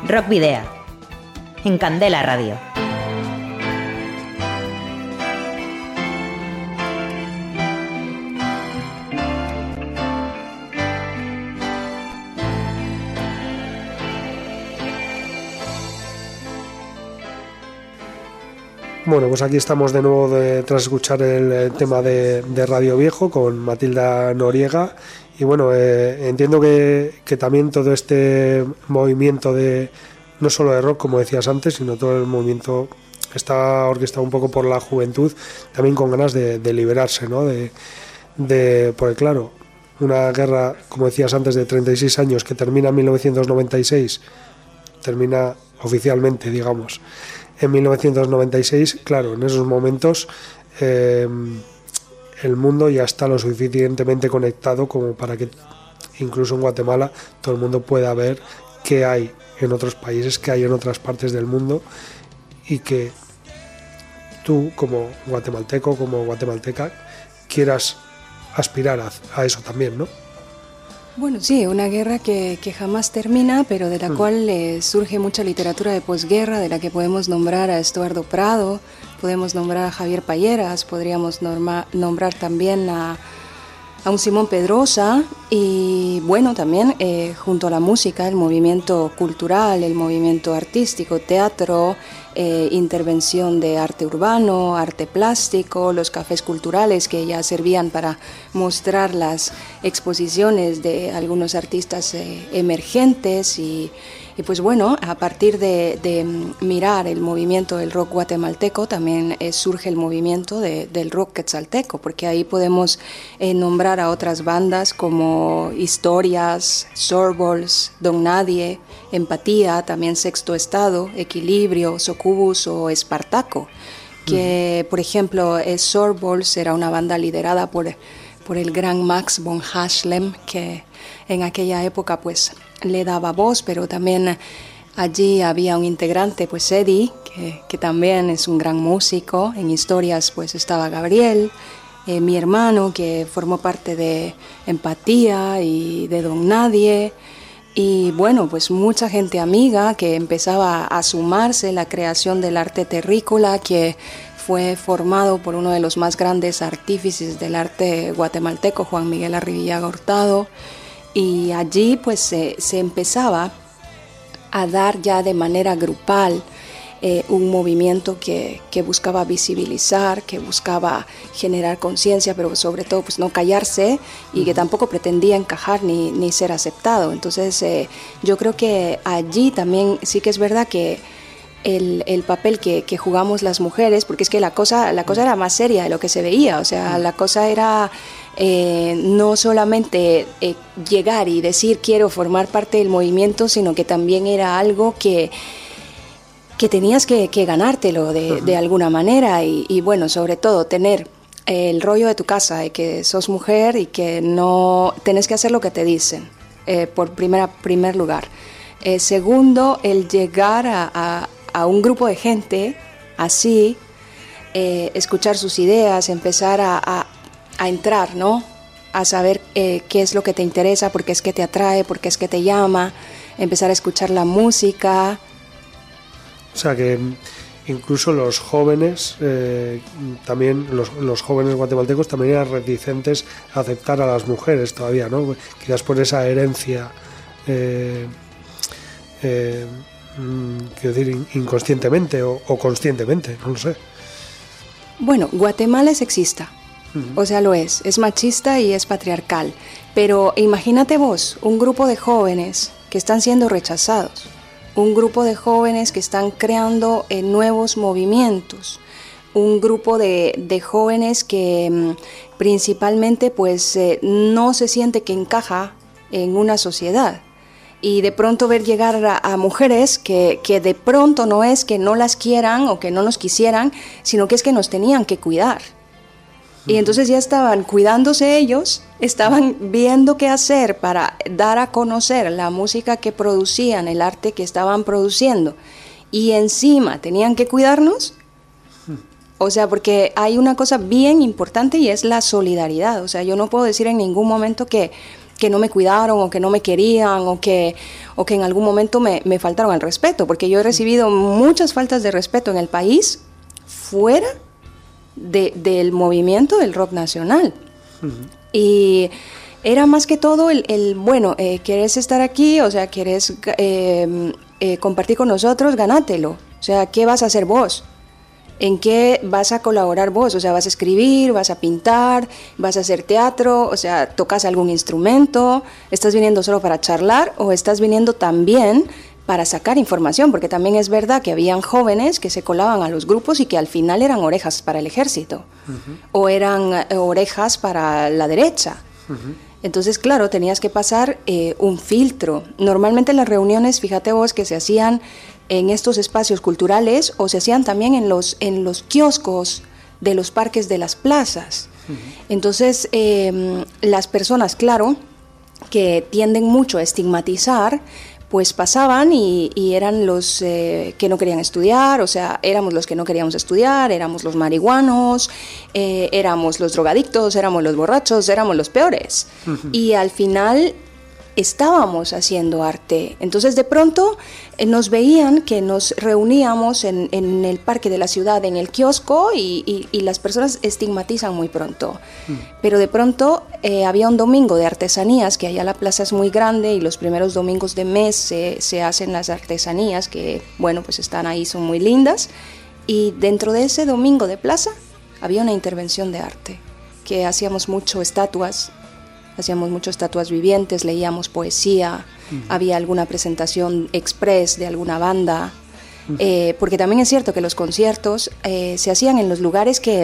A: Rock Video, en Candela Radio.
B: Bueno, pues aquí estamos de nuevo de, tras escuchar el, el tema de, de Radio Viejo con Matilda Noriega. Y bueno, eh, entiendo que, que también todo este movimiento de, no solo de rock, como decías antes, sino todo el movimiento está orquestado un poco por la juventud, también con ganas de, de liberarse, ¿no? De, de, porque claro, una guerra, como decías antes, de treinta y seis años que termina en mil novecientos noventa y seis, termina oficialmente, digamos, en mil novecientos noventa y seis, claro, en esos momentos eh, el mundo ya está lo suficientemente conectado como para que incluso en Guatemala todo el mundo pueda ver qué hay en otros países, qué hay en otras partes del mundo, y que tú como guatemalteco, como guatemalteca, quieras aspirar a, a eso también, ¿no?
F: Bueno, sí, una guerra que, que jamás termina, pero de la mm. cual eh, surge mucha literatura de posguerra, de la que podemos nombrar a Estuardo Prado, podemos nombrar a Javier Payeras, podríamos norma, nombrar también a, a un Simón Pedrosa, y bueno, también eh, junto a la música, el movimiento cultural, el movimiento artístico, teatro, eh, intervención de arte urbano, arte plástico, los cafés culturales que ya servían para mostrar las exposiciones de algunos artistas eh, emergentes y, y pues bueno, a partir de, de mirar el movimiento del rock guatemalteco también eh, surge el movimiento de, del rock quetzalteco, porque ahí podemos eh, nombrar a otras bandas como Historias, Sorbols, Don Nadie, Empatía, también Sexto Estado, Equilibrio, Socubus o Espartaco, que por ejemplo eh, Sorbols era una banda liderada por, por el gran Max von Haschlem, que en aquella época pues le daba voz, pero también allí había un integrante, pues Eddie, que, que también es un gran músico. En Historias pues estaba Gabriel, eh, mi hermano, que formó parte de Empatía y de Don Nadie. Y bueno, pues mucha gente amiga que empezaba a sumarse, la creación del arte terrícola, que fue formado por uno de los más grandes artífices del arte guatemalteco, Juan Miguel Arribillaga Hurtado, y allí pues se, se empezaba a dar ya de manera grupal eh, un movimiento que, que buscaba visibilizar, que buscaba generar conciencia, pero sobre todo pues no callarse, y que tampoco pretendía encajar ni, ni ser aceptado. Entonces eh, yo creo que allí también sí que es verdad que el, el papel que, que jugamos las mujeres, porque es que la cosa, la cosa era más seria de lo que se veía, o sea, la cosa era eh, no solamente eh, llegar y decir quiero formar parte del movimiento, sino que también era algo que que tenías que, que ganártelo de, uh-huh. de alguna manera, y, y bueno, sobre todo tener el rollo de tu casa, de que sos mujer y que no tenés que hacer lo que te dicen, eh, por primera, primer lugar. Eh, segundo, el llegar a, a, a un grupo de gente así, eh, escuchar sus ideas, empezar a, a, a entrar, ¿no? A saber eh, qué es lo que te interesa, por qué es que te atrae, por qué es que te llama, empezar a escuchar la música.
B: O sea que incluso los jóvenes, eh, también los, los jóvenes guatemaltecos también eran reticentes a aceptar a las mujeres todavía, ¿no? Quizás por esa herencia, eh, eh, quiero decir, inconscientemente o, o conscientemente, no lo sé.
F: Bueno, Guatemala es sexista, uh-huh. o sea, lo es, es machista y es patriarcal, pero imagínate vos, un grupo de jóvenes que están siendo rechazados, un grupo de jóvenes que están creando eh, nuevos movimientos, un grupo de, de jóvenes que mmm, principalmente pues eh, no se siente que encaja en una sociedad, y de pronto ver llegar a, a mujeres que, que de pronto no es que no las quieran o que no nos quisieran, sino que es que nos tenían que cuidar. Y entonces ya estaban cuidándose ellos, estaban viendo qué hacer para dar a conocer la música que producían, el arte que estaban produciendo, y encima tenían que cuidarnos. O sea, porque hay una cosa bien importante y es la solidaridad. O sea, yo no puedo decir en ningún momento que, que no me cuidaron o que no me querían o que, o que en algún momento me, me faltaron al respeto, porque yo he recibido muchas faltas de respeto en el país fuera de, del movimiento del rock nacional. Uh-huh. Y era más que todo el, el bueno, eh, ¿quieres estar aquí? O sea, ¿quieres eh, eh, compartir con nosotros? Ganátelo. O sea, ¿qué vas a hacer vos? ¿En qué vas a colaborar vos? O sea, ¿vas a escribir, vas a pintar, vas a hacer teatro? O sea, ¿tocas algún instrumento? ¿Estás viniendo solo para charlar o estás viniendo también para sacar información? Porque también es verdad que habían jóvenes que se colaban a los grupos y que al final eran orejas para el ejército, uh-huh. o eran eh, orejas para la derecha. Uh-huh. Entonces, claro, tenías que pasar eh, un filtro. Normalmente las reuniones, fíjate vos, que se hacían en estos espacios culturales o se hacían también en los, en los kioscos de los parques de las plazas. Uh-huh. Entonces, eh, las personas, claro, que tienden mucho a estigmatizar, pues pasaban y, y eran los eh, que no querían estudiar, o sea, éramos los que no queríamos estudiar, éramos los marihuanos, eh, éramos los drogadictos, éramos los borrachos, éramos los peores. Uh-huh. Y al final estábamos haciendo arte. Entonces de pronto eh, nos veían que nos reuníamos en, en el parque de la ciudad, en el kiosco, y, y, y las personas estigmatizan muy pronto. Mm. Pero de pronto eh, había un domingo de artesanías, que allá la plaza es muy grande y los primeros domingos de mes se, se hacen las artesanías, que bueno, pues están ahí, son muy lindas. Y dentro de ese domingo de plaza había una intervención de arte, que hacíamos mucho estatuas, hacíamos muchas estatuas vivientes, leíamos poesía, uh-huh. había alguna presentación express de alguna banda, uh-huh. eh, porque también es cierto que los conciertos eh, se hacían en los lugares que,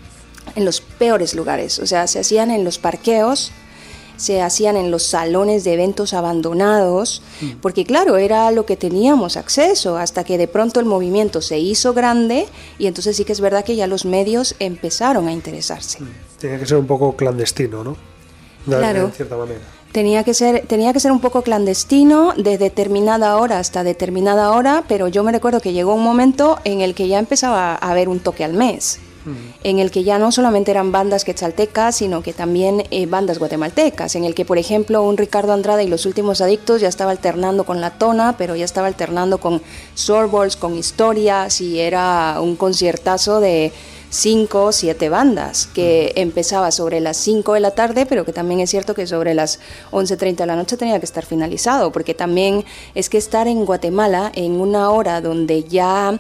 F: en los peores lugares, o sea, se hacían en los parqueos, se hacían en los salones de eventos abandonados, uh-huh. porque claro, era lo que teníamos acceso, hasta que de pronto el movimiento se hizo grande y entonces sí que es verdad que ya los medios empezaron a interesarse. Uh-huh.
B: Tenía que ser un poco clandestino, ¿no? De,
F: claro,
B: de cierta manera.
F: Tenía que ser, tenía que ser un poco clandestino, de determinada hora hasta determinada hora, pero yo me recuerdo que llegó un momento en el que ya empezaba a haber un toque al mes, uh-huh. en el que ya no solamente eran bandas quetzaltecas, sino que también eh, bandas guatemaltecas, en el que, por ejemplo, un Ricardo Andrade y los Últimos Adictos ya estaba alternando con La Tona, pero ya estaba alternando con Sorbols, con Historias, y era un conciertazo de cinco o siete bandas, que empezaba sobre las cinco de la tarde, pero que también es cierto que sobre las once treinta de la noche tenía que estar finalizado, porque también es que estar en Guatemala en una hora donde ya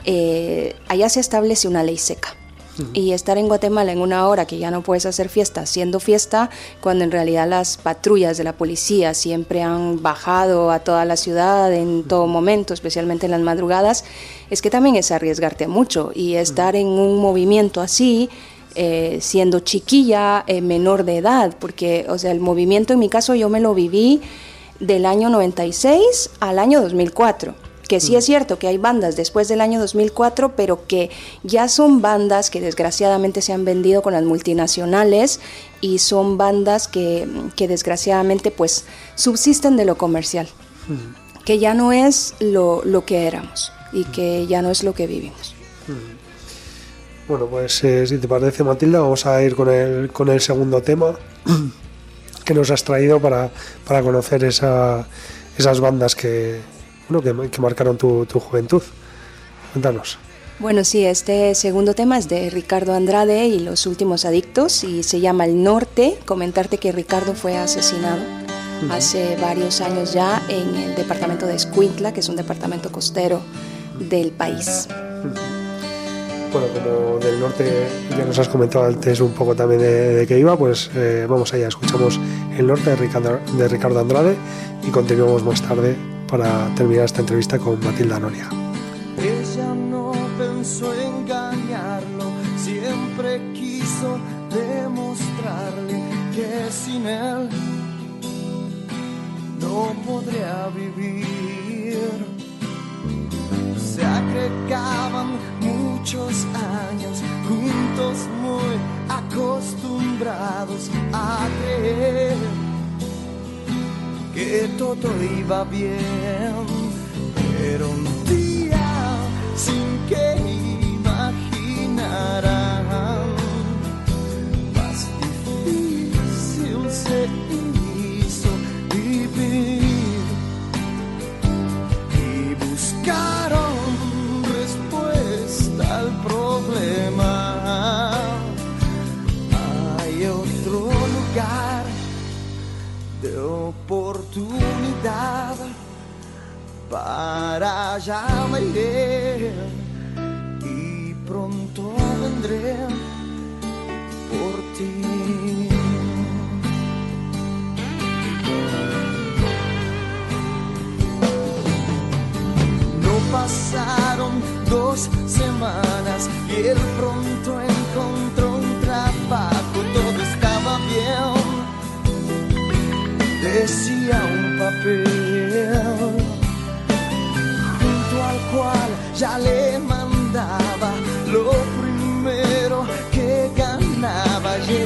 F: eh, allá se establece una ley seca. Uh-huh. Y estar en Guatemala en una hora que ya no puedes hacer fiesta siendo fiesta, cuando en realidad las patrullas de la policía siempre han bajado a toda la ciudad en todo momento, especialmente en las madrugadas, es que también es arriesgarte mucho, y estar uh-huh. en un movimiento así, eh, siendo chiquilla, eh, menor de edad, porque o sea, el movimiento en mi caso yo me lo viví del año noventa y seis al año dos mil cuatro. Que sí es cierto que hay bandas después del año dos mil cuatro, pero que ya son bandas que desgraciadamente se han vendido con las multinacionales, y son bandas que, que desgraciadamente pues subsisten de lo comercial, uh-huh. que ya no es lo, lo que éramos y que ya no es lo que vivimos.
B: Uh-huh. Bueno, pues eh, si te parece, Matilda, vamos a ir con el, con el segundo tema que nos has traído para, para conocer esa, esas bandas que... Que, que marcaron tu, tu juventud. Cuéntanos.
F: Bueno, sí, este segundo tema es de Ricardo Andrade y los Últimos Adictos, y se llama El Norte. Comentarte que Ricardo fue asesinado uh-huh. hace varios años ya en el departamento de Escuintla, que es un departamento costero del país.
B: Uh-huh. Bueno, como del norte ya nos has comentado antes un poco también de, de qué iba, pues eh, vamos allá, escuchamos El Norte de Ricardo, de Ricardo Andrade, y continuamos más tarde para terminar esta entrevista con Matilda Noriega.
G: Ella no pensó engañarlo, siempre quiso demostrarle que sin él no podría vivir. Se agregaban muchos años juntos, muy acostumbrados a creer que todo iba bien, pero un día sin que imaginaran, más difícil se hizo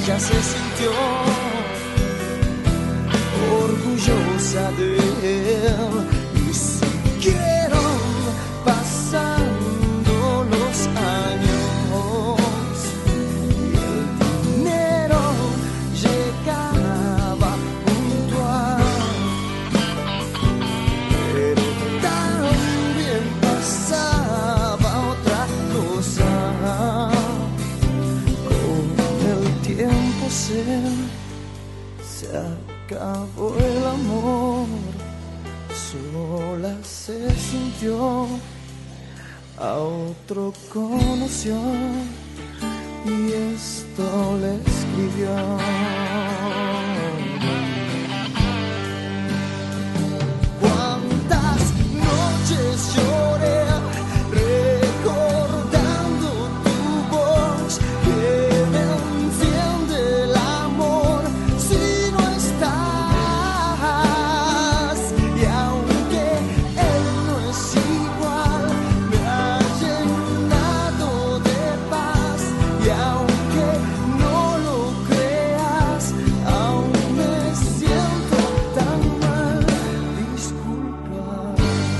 G: ella se sintió orgullosa de él. Y siguieron pasando los años y el dinero llegaba puntual, pero también pasaba otra cosa. Con el tiempo se, se acabó el amor, sola se sintió, a otro conoció y esto le escribió. Cuántas noches lloré recordando tu voz que me enciende el amor si no estás. Y aunque él no es igual, me ha llenado de paz. Y aunque no lo creas, aún me siento tan mal. Disculpa.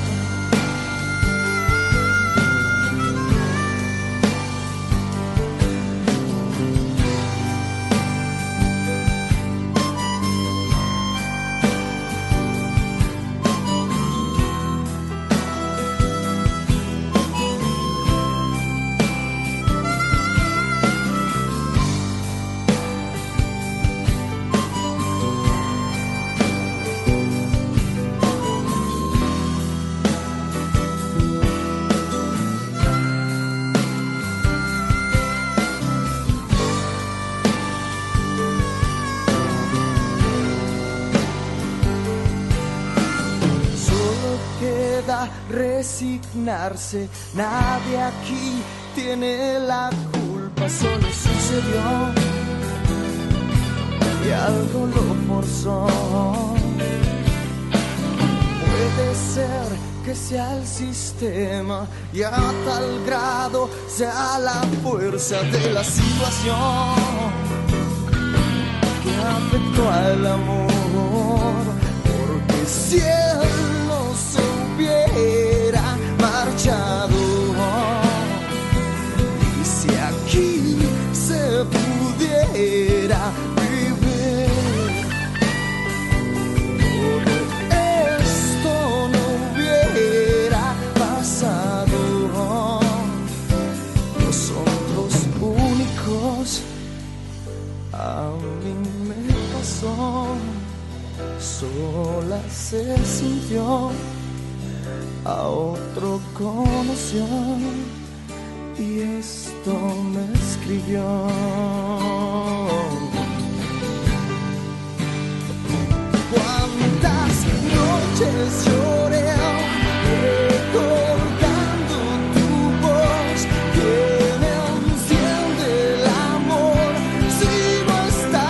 G: Solo queda resignarse, nadie aquí tiene la culpa, solo sucedió y algo lo forzó. Puede ser que sea el sistema y a tal grado sea la fuerza de la situación que afectó al amor, porque si él no se hubiera marchado y si aquí se pudiera vivir, todo esto no hubiera pasado. Nosotros únicos, a mí me pasó, sola se sintió, a otro conoció y esto me escribió. Cuántas noches lloré recordando tu voz que me enciende el amor si no estás.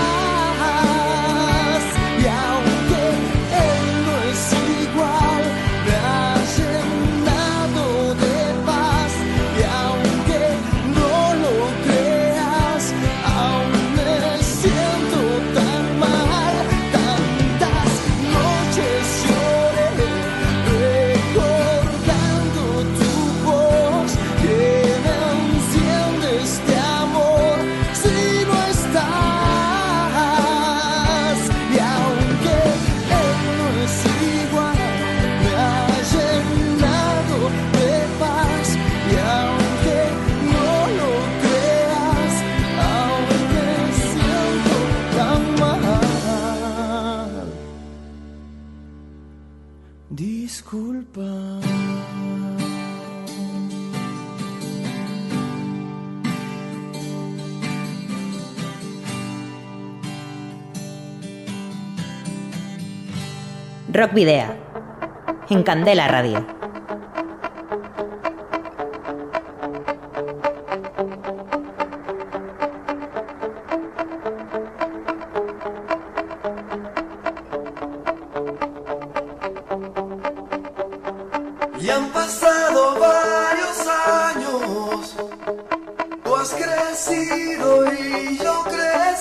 G: Y aunque él no es igual, me ha llenado de paz. Y aunque no lo creas, aún me siento tan mal. Tantas noches lloré recordando tu voz que me enciende este amor si no estás. Y aunque él no es igual, me ha llenado de paz. Y aunque no lo creas, aún me siento tan mal. Disculpa.
A: Rock Video, en Candela Radio.
G: Y han pasado varios años, tú has crecido y yo creo.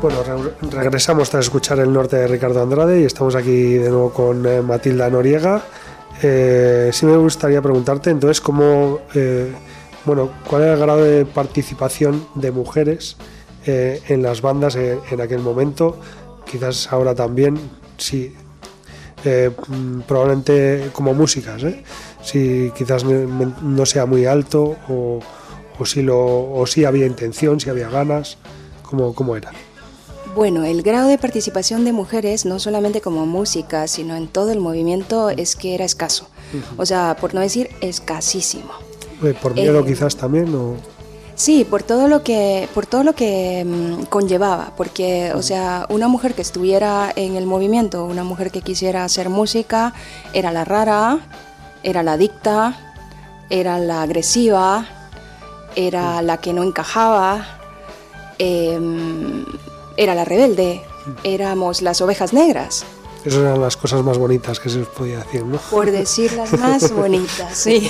B: Bueno, re- regresamos tras escuchar El Norte de Ricardo Andrade y estamos aquí de nuevo con eh, Matilda Noriega. Eh, sí me gustaría preguntarte, entonces, cómo, eh, bueno, ¿cuál era el grado de participación de mujeres eh, en las bandas en, en aquel momento? Quizás ahora también, sí, eh, probablemente como músicas, ¿eh? Si quizás no, no sea muy alto o, o, si lo, o si había intención, si había ganas, ¿cómo, cómo era?
F: Bueno, el grado de participación de mujeres, no solamente como música, sino en todo el movimiento, es que era escaso. Uh-huh. O sea, por no decir escasísimo.
B: Eh, ¿Por miedo
F: eh,
B: quizás también? ¿O?
F: Sí, por todo lo que, por todo lo que mmm, conllevaba, porque, uh-huh. o sea, una mujer que estuviera en el movimiento, una mujer que quisiera hacer música, era la rara, era la adicta, era la agresiva, era uh-huh. la que no encajaba, eh, era la rebelde, éramos las ovejas negras.
B: Esas eran las cosas más bonitas que se les podía decir, ¿no?
F: Por decir las más bonitas, sí.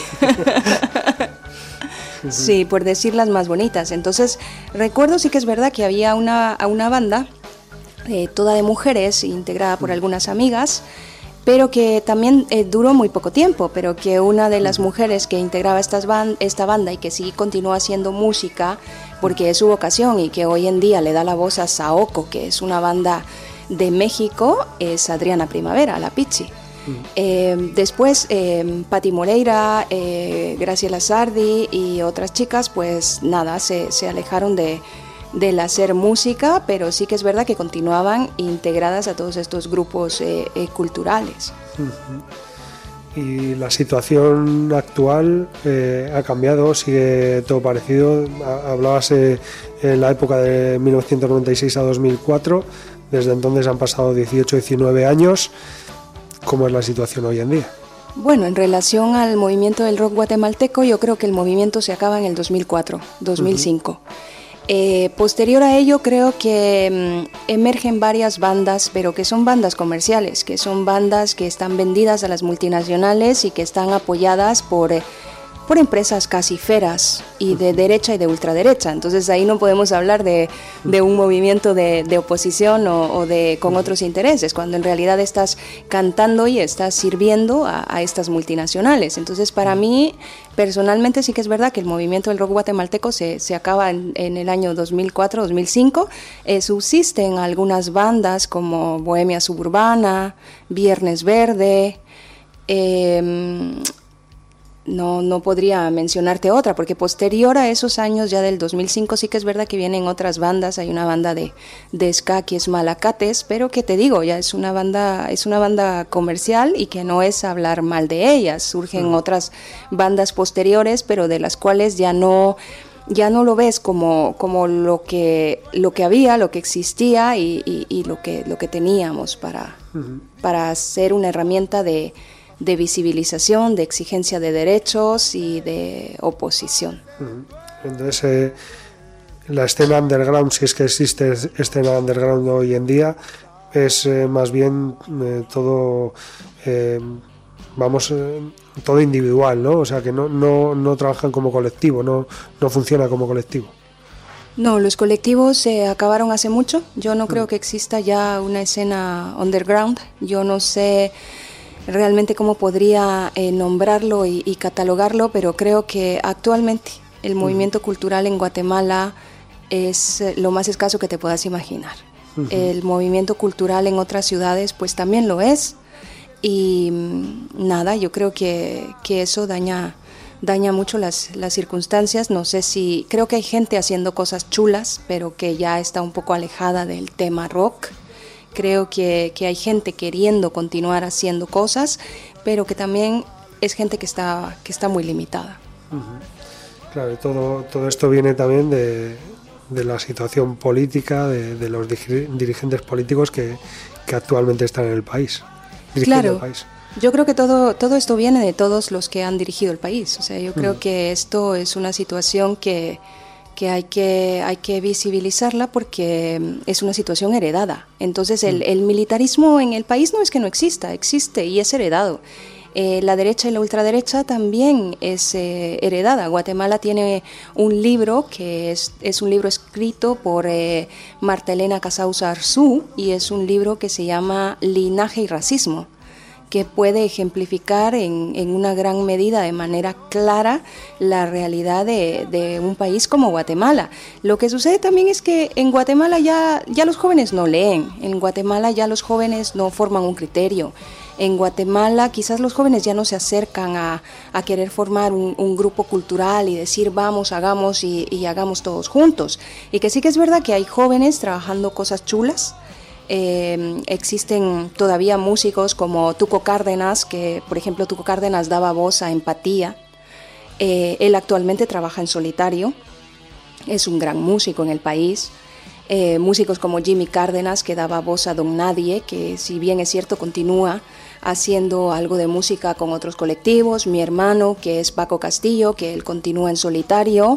F: Sí, por decir las más bonitas. Entonces, recuerdo sí que es verdad que había una, una banda, eh, toda de mujeres, integrada por algunas amigas, pero que también eh, duró muy poco tiempo, pero que una de las mujeres que integraba estas ban- esta banda y que sí continúa haciendo música, porque es su vocación y que hoy en día le da la voz a Saoko, que es una banda de México, es Adriana Primavera, la Pichi. Mm. Eh, después, eh, Pati Moreira, eh, Graciela Sardi y otras chicas, pues nada, se, se alejaron de, del hacer música, pero sí que es verdad que continuaban integradas a todos estos grupos eh, eh, culturales.
B: Uh-huh. Y la situación actual eh, ha cambiado, sigue todo parecido. Hablabas eh, en la época de mil novecientos noventa y seis a dos mil cuatro, desde entonces han pasado dieciocho, diecinueve años. ¿Cómo es la situación hoy en día?
F: Bueno, en relación al movimiento del rock guatemalteco, yo creo que el movimiento se acaba en el dos mil cuatro, dos mil cinco. Uh-huh. Eh, posterior a ello creo que mm, emergen varias bandas, pero que son bandas comerciales, que son bandas que están vendidas a las multinacionales y que están apoyadas por, eh, por empresas casi feras y de derecha y de ultraderecha. Entonces ahí no podemos hablar de, de un movimiento de, de oposición o, o de con otros intereses, cuando en realidad estás cantando y estás sirviendo a, a estas multinacionales. Entonces para mí personalmente sí que es verdad que el movimiento del rock guatemalteco se, se acaba en, en el año dos mil cuatro, dos mil cinco. Eh, subsisten algunas bandas como Bohemia Suburbana, Viernes Verde. Eh, no, no podría mencionarte otra, porque posterior a esos años, ya del dos mil cinco, sí que es verdad que vienen otras bandas. Hay una banda de, de ska que es Malacates, pero que te digo, ya es una banda, es una banda comercial y que no es hablar mal de ellas. Surgen uh-huh. otras bandas posteriores, pero de las cuales ya no, ya no lo ves como, como lo que, lo que había, lo que existía y, y, y lo que, lo que teníamos para, uh-huh. para ser una herramienta de de visibilización, de exigencia de derechos y de oposición.
B: Entonces, eh, la escena underground, si es que existe escena underground hoy en día, es eh, más bien eh, todo, eh, vamos, eh, todo individual, ¿no? O sea, que no, no, no trabajan como colectivo, no, no funciona como colectivo.
F: No, los colectivos se eh, acabaron hace mucho. Yo no creo que exista ya una escena underground. Yo no sé realmente cómo podría eh, nombrarlo y, y catalogarlo, pero creo que actualmente el movimiento uh-huh. cultural en Guatemala es eh, lo más escaso que te puedas imaginar. Uh-huh. El movimiento cultural en otras ciudades pues también lo es, y mmm, nada, yo creo que, que eso daña, daña mucho las, las circunstancias. No sé si, creo que hay gente haciendo cosas chulas, pero que ya está un poco alejada del tema rock. Creo que, que hay gente queriendo continuar haciendo cosas, pero que también es gente que está, que está muy limitada.
B: Uh-huh. Claro, todo, todo esto viene también de, de la situación política, de, de los dirigentes políticos que, que actualmente están en el país.
F: Claro,
B: el país.
F: Yo creo que todo, todo esto viene de todos los que han dirigido el país. O sea, yo creo uh-huh. que esto es una situación que... que hay que hay que visibilizarla porque es una situación heredada. Entonces el, el militarismo en el país no es que no exista, existe y es heredado. Eh, la derecha y la ultraderecha también es eh, heredada. Guatemala tiene un libro que es, es un libro escrito por eh, Marta Elena Casauza Arzú y es un libro que se llama Linaje y Racismo, que puede ejemplificar en, en una gran medida, de manera clara, la realidad de, de un país como Guatemala. Lo que sucede también es que en Guatemala ya, ya los jóvenes no leen, en Guatemala ya los jóvenes no forman un criterio. En Guatemala quizás los jóvenes ya no se acercan a, a querer formar un, un grupo cultural y decir vamos, hagamos y, y hagamos todos juntos. Y que sí que es verdad que hay jóvenes trabajando cosas chulas. Eh, existen todavía músicos como Tuco Cárdenas, que por ejemplo Tuco Cárdenas daba voz a Empatía. Eh, él actualmente trabaja en solitario, es un gran músico en el país. Eh, músicos como Jimmy Cárdenas, que daba voz a Don Nadie, que si bien es cierto continúa haciendo algo de música con otros colectivos. Mi hermano, que es Paco Castillo, que él continúa en solitario,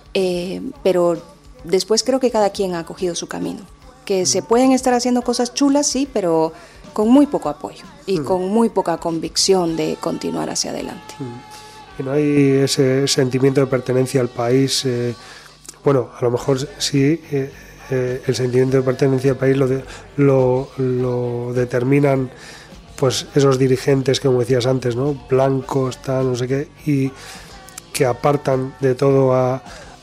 F: eh, pero después creo que cada quien ha cogido su camino. Que se pueden estar haciendo cosas chulas, sí, pero con muy poco apoyo y mm. con muy poca convicción de continuar hacia adelante.
B: Mm. Y no hay ese sentimiento de pertenencia al país. Eh, bueno, a lo mejor sí, eh, eh, el sentimiento de pertenencia al país lo, de, lo, lo determinan pues esos dirigentes, como decías antes, ¿no? Blancos, tal, no sé qué, y que apartan de todo a...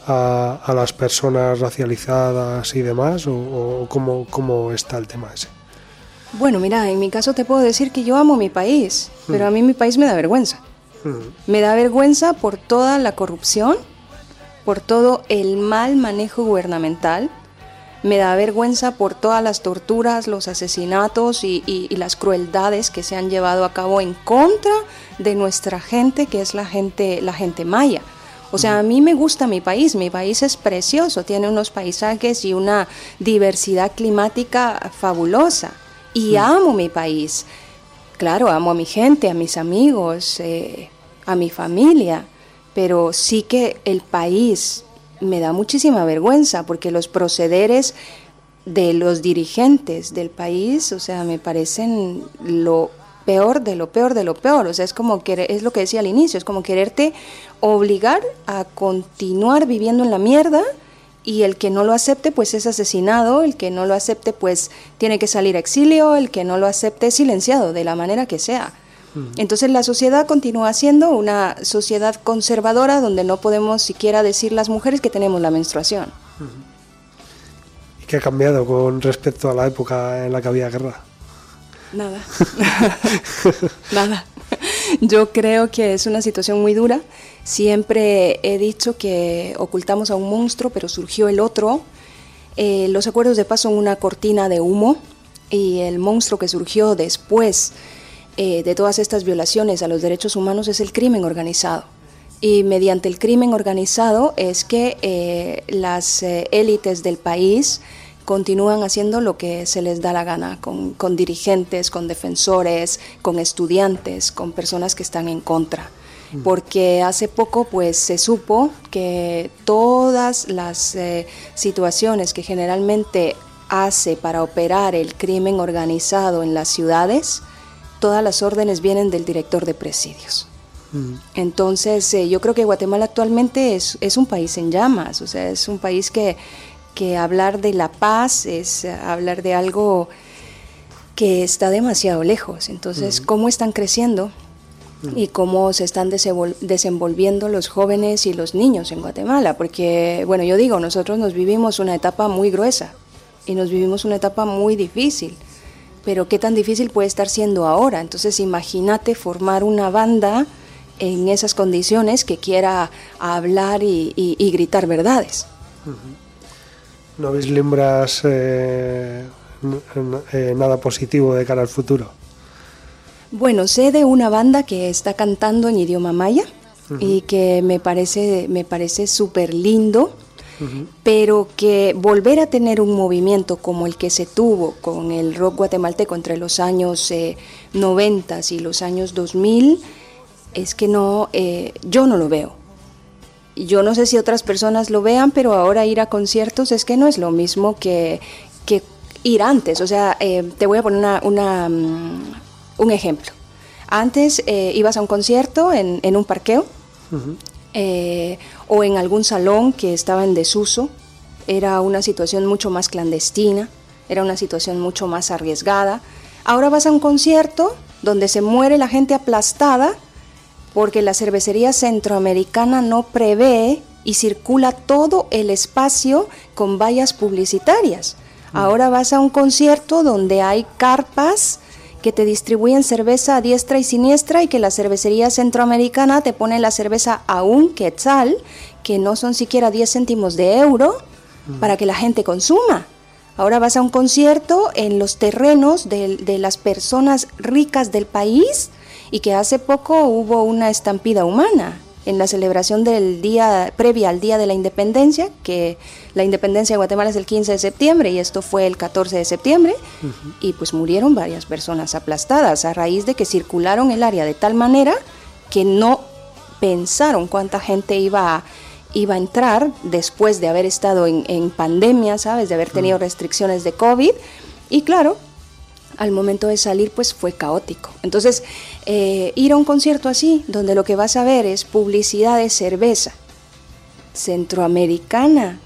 B: A, a las personas racializadas y demás, o, o cómo, cómo está el tema ese.
F: Bueno, mira, en mi caso te puedo decir que yo amo mi país, mm. pero a mí mi país me da vergüenza. Mm. Me da vergüenza por toda la corrupción, por todo el mal manejo gubernamental, me da vergüenza por todas las torturas, los asesinatos y, y, y las crueldades que se han llevado a cabo en contra de nuestra gente, que es la gente, la gente maya. O sea, a mí me gusta mi país, mi país es precioso, tiene unos paisajes y una diversidad climática fabulosa y sí. Amo mi país. Claro, amo a mi gente, a mis amigos, eh, a mi familia, pero sí que el país me da muchísima vergüenza porque los procederes de los dirigentes del país, o sea, me parecen lo peor de lo peor de lo peor. O sea, es como querer, es lo que decía al inicio, es como quererte obligar a continuar viviendo en la mierda y el que no lo acepte pues es asesinado, el que no lo acepte pues tiene que salir a exilio, el que no lo acepte es silenciado de la manera que sea. Uh-huh. Entonces la sociedad continúa siendo una sociedad conservadora donde no podemos siquiera decir las mujeres que tenemos la menstruación.
B: Uh-huh. ¿Y qué ha cambiado con respecto a la época en la que había guerra?
F: Nada, nada. Yo creo que es una situación muy dura. Siempre he dicho que ocultamos a un monstruo, pero surgió el otro. Eh, los acuerdos de paz son una cortina de humo y el monstruo que surgió después eh, de todas estas violaciones a los derechos humanos es el crimen organizado. Y mediante el crimen organizado es que eh, las eh, élites del país continúan haciendo lo que se les da la gana, con, con dirigentes, con defensores, con estudiantes, con personas que están en contra. Porque hace poco pues se supo que todas las eh, situaciones que generalmente hace para operar el crimen organizado en las ciudades, todas las órdenes vienen del director de presidios. Mm. Entonces eh, yo creo que Guatemala actualmente es, es un país en llamas, o sea, es un país que que hablar de la paz es hablar de algo que está demasiado lejos. Entonces, uh-huh. ¿cómo están creciendo uh-huh. y cómo se están desevol- desenvolviendo los jóvenes y los niños en Guatemala? Porque, bueno, yo digo, nosotros nos vivimos una etapa muy gruesa y nos vivimos una etapa muy difícil, pero ¿qué tan difícil puede estar siendo ahora? Entonces, imagínate formar una banda en esas condiciones que quiera hablar y, y, y gritar verdades.
B: Uh-huh. ¿No vislumbras eh, eh, nada positivo de cara al futuro?
F: Bueno, sé de una banda que está cantando en idioma maya uh-huh. y que me parece, me parece súper lindo, uh-huh. pero que volver a tener un movimiento como el que se tuvo con el rock guatemalteco entre los años eh, noventa y los años dos mil, es que no, eh, yo no lo veo. Yo no sé si otras personas lo vean, pero ahora ir a conciertos es que no es lo mismo que, que ir antes. O sea, eh, te voy a poner una, una, um, un ejemplo. Antes eh, ibas a un concierto en, en un parqueo uh-huh. eh, o en algún salón que estaba en desuso. Era una situación mucho más clandestina, era una situación mucho más arriesgada. Ahora vas a un concierto donde se muere la gente aplastada porque la cervecería centroamericana no prevé y circula todo el espacio con vallas publicitarias. Uh-huh. Ahora vas a un concierto donde hay carpas que te distribuyen cerveza a diestra y siniestra y que la cervecería centroamericana te pone la cerveza a un quetzal, que no son siquiera diez céntimos de euro, mm. para que la gente consuma. Ahora vas a un concierto en los terrenos de, de las personas ricas del país y que hace poco hubo una estampida humana en la celebración del día previa al Día de la Independencia, que la independencia de Guatemala es el quince de septiembre y esto fue el catorce de septiembre, uh-huh. y pues murieron varias personas aplastadas a raíz de que circularon el área de tal manera que no pensaron cuánta gente iba a, iba a entrar después de haber estado en, en pandemia, ¿sabes? De haber tenido uh-huh. restricciones de COVID, y claro, al momento de salir pues fue caótico. Entonces eh, ir a un concierto así, donde lo que vas a ver es publicidad de cerveza centroamericana.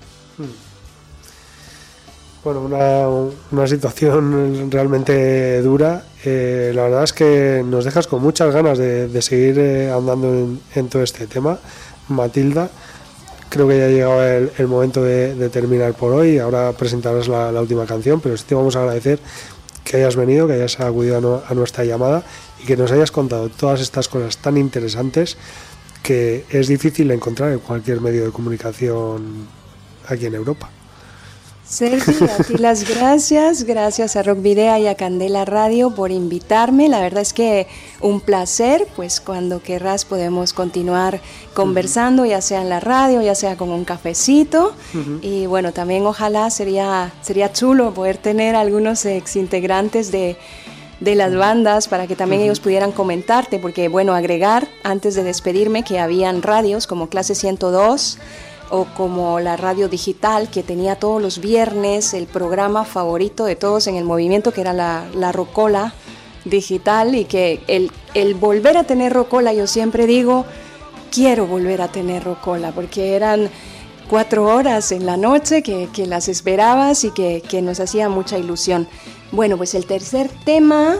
B: Bueno, una, una situación realmente dura. Eh, la verdad es que nos dejas con muchas ganas de, de seguir eh, andando en, en todo este tema, Matilda. Creo que ya ha llegado el, el momento de, de terminar por hoy. Ahora presentarás la, la última canción, pero sí te vamos a agradecer que hayas venido, que hayas acudido a, no, a nuestra llamada y que nos hayas contado todas estas cosas tan interesantes que es difícil encontrar en cualquier medio de comunicación aquí en Europa.
F: Sergio, a ti las gracias, gracias a Rock Video y a Candela Radio por invitarme. La verdad es que un placer, pues cuando querrás podemos continuar conversando, uh-huh. ya sea en la radio, ya sea con un cafecito, uh-huh. y bueno, también ojalá sería, sería chulo poder tener algunos exintegrantes de, de las bandas para que también uh-huh. ellos pudieran comentarte, porque bueno, agregar antes de despedirme que habían radios como Clase ciento dos, o como la radio digital que tenía todos los viernes el programa favorito de todos en el movimiento, que era la, la Rocola digital, y que el, el volver a tener Rocola, yo siempre digo, quiero volver a tener Rocola, porque eran cuatro horas en la noche que, que las esperabas y que, que nos hacía mucha ilusión. Bueno, pues el tercer tema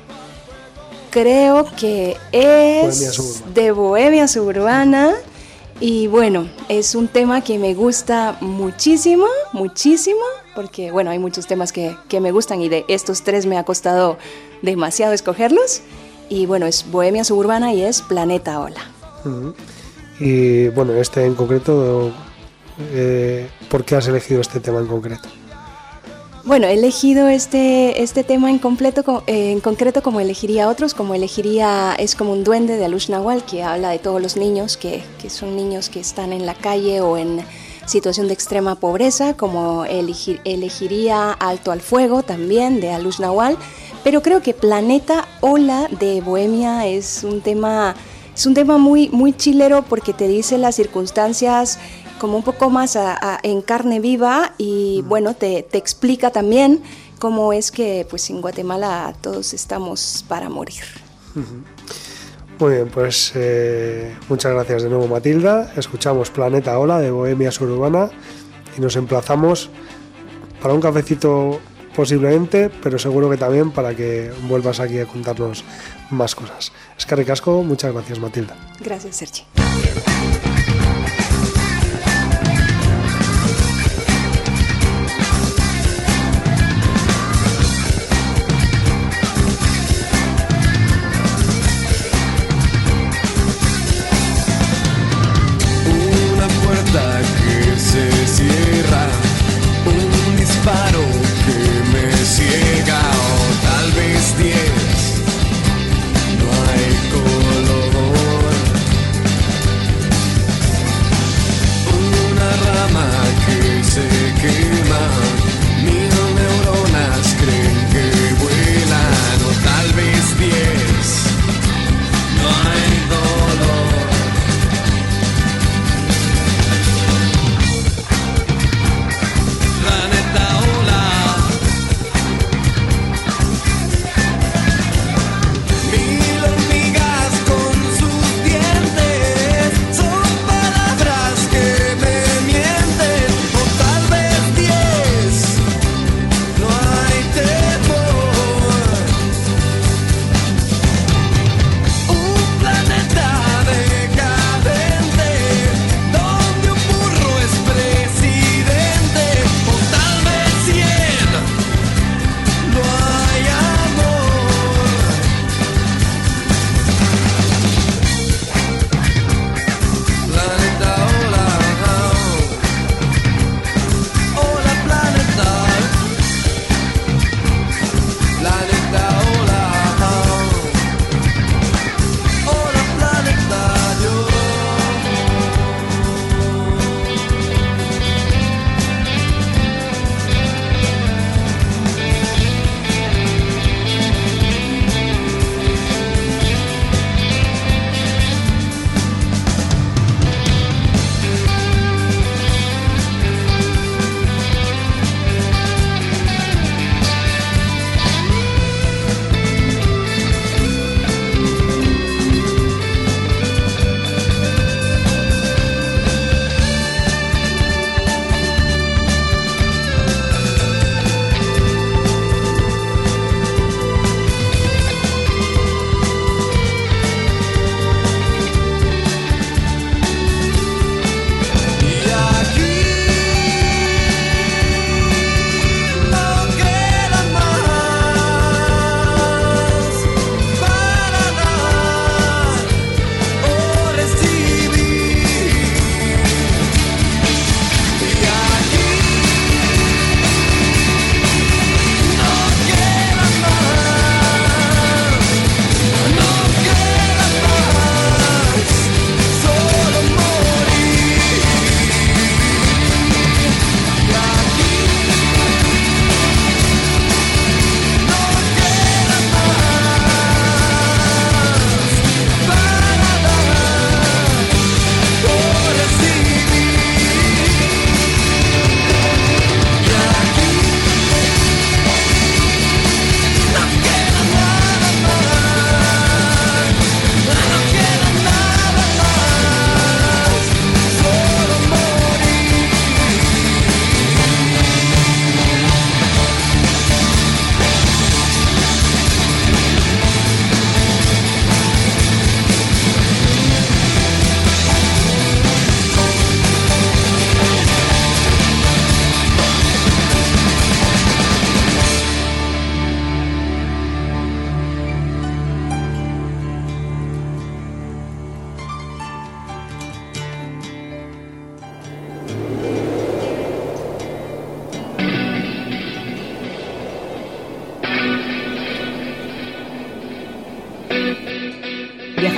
F: creo que es Bohemia de Bohemia Suburbana. Y bueno, es un tema que me gusta muchísimo, muchísimo, porque bueno, hay muchos temas que, que me gustan y de estos tres me ha costado demasiado escogerlos. Y bueno, es Bohemia Suburbana y es Planeta Ola.
B: Uh-huh. Y bueno, este en concreto, eh, ¿por qué has elegido este tema en concreto?
F: Bueno, he elegido este, este tema en, completo, eh, en concreto como elegiría otros, como elegiría Es como un duende de Alush Nahual, que habla de todos los niños que, que son niños que están en la calle o en situación de extrema pobreza, como elegir, elegiría Alto al Fuego también de Alush Nahual, pero creo que Planeta Ola de Bohemia es un tema, es un tema muy, muy chilero porque te dice las circunstancias como un poco más a, a, en carne viva y uh-huh. bueno, te, te explica también cómo es que pues en Guatemala todos estamos para morir.
B: Uh-huh. Muy bien, pues eh, muchas gracias de nuevo, Matilda. Escuchamos Planeta Ola de Bohemia Suburbana y nos emplazamos para un cafecito posiblemente, pero seguro que también para que vuelvas aquí a contarnos más cosas. Eskerrik asko, muchas gracias, Matilda.
F: Gracias, Sergi.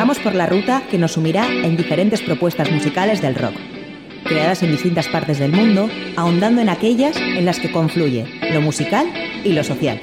A: Vamos por la ruta que nos sumirá en diferentes propuestas musicales del rock, creadas en distintas partes del mundo, ahondando en aquellas en las que confluye lo musical y lo social.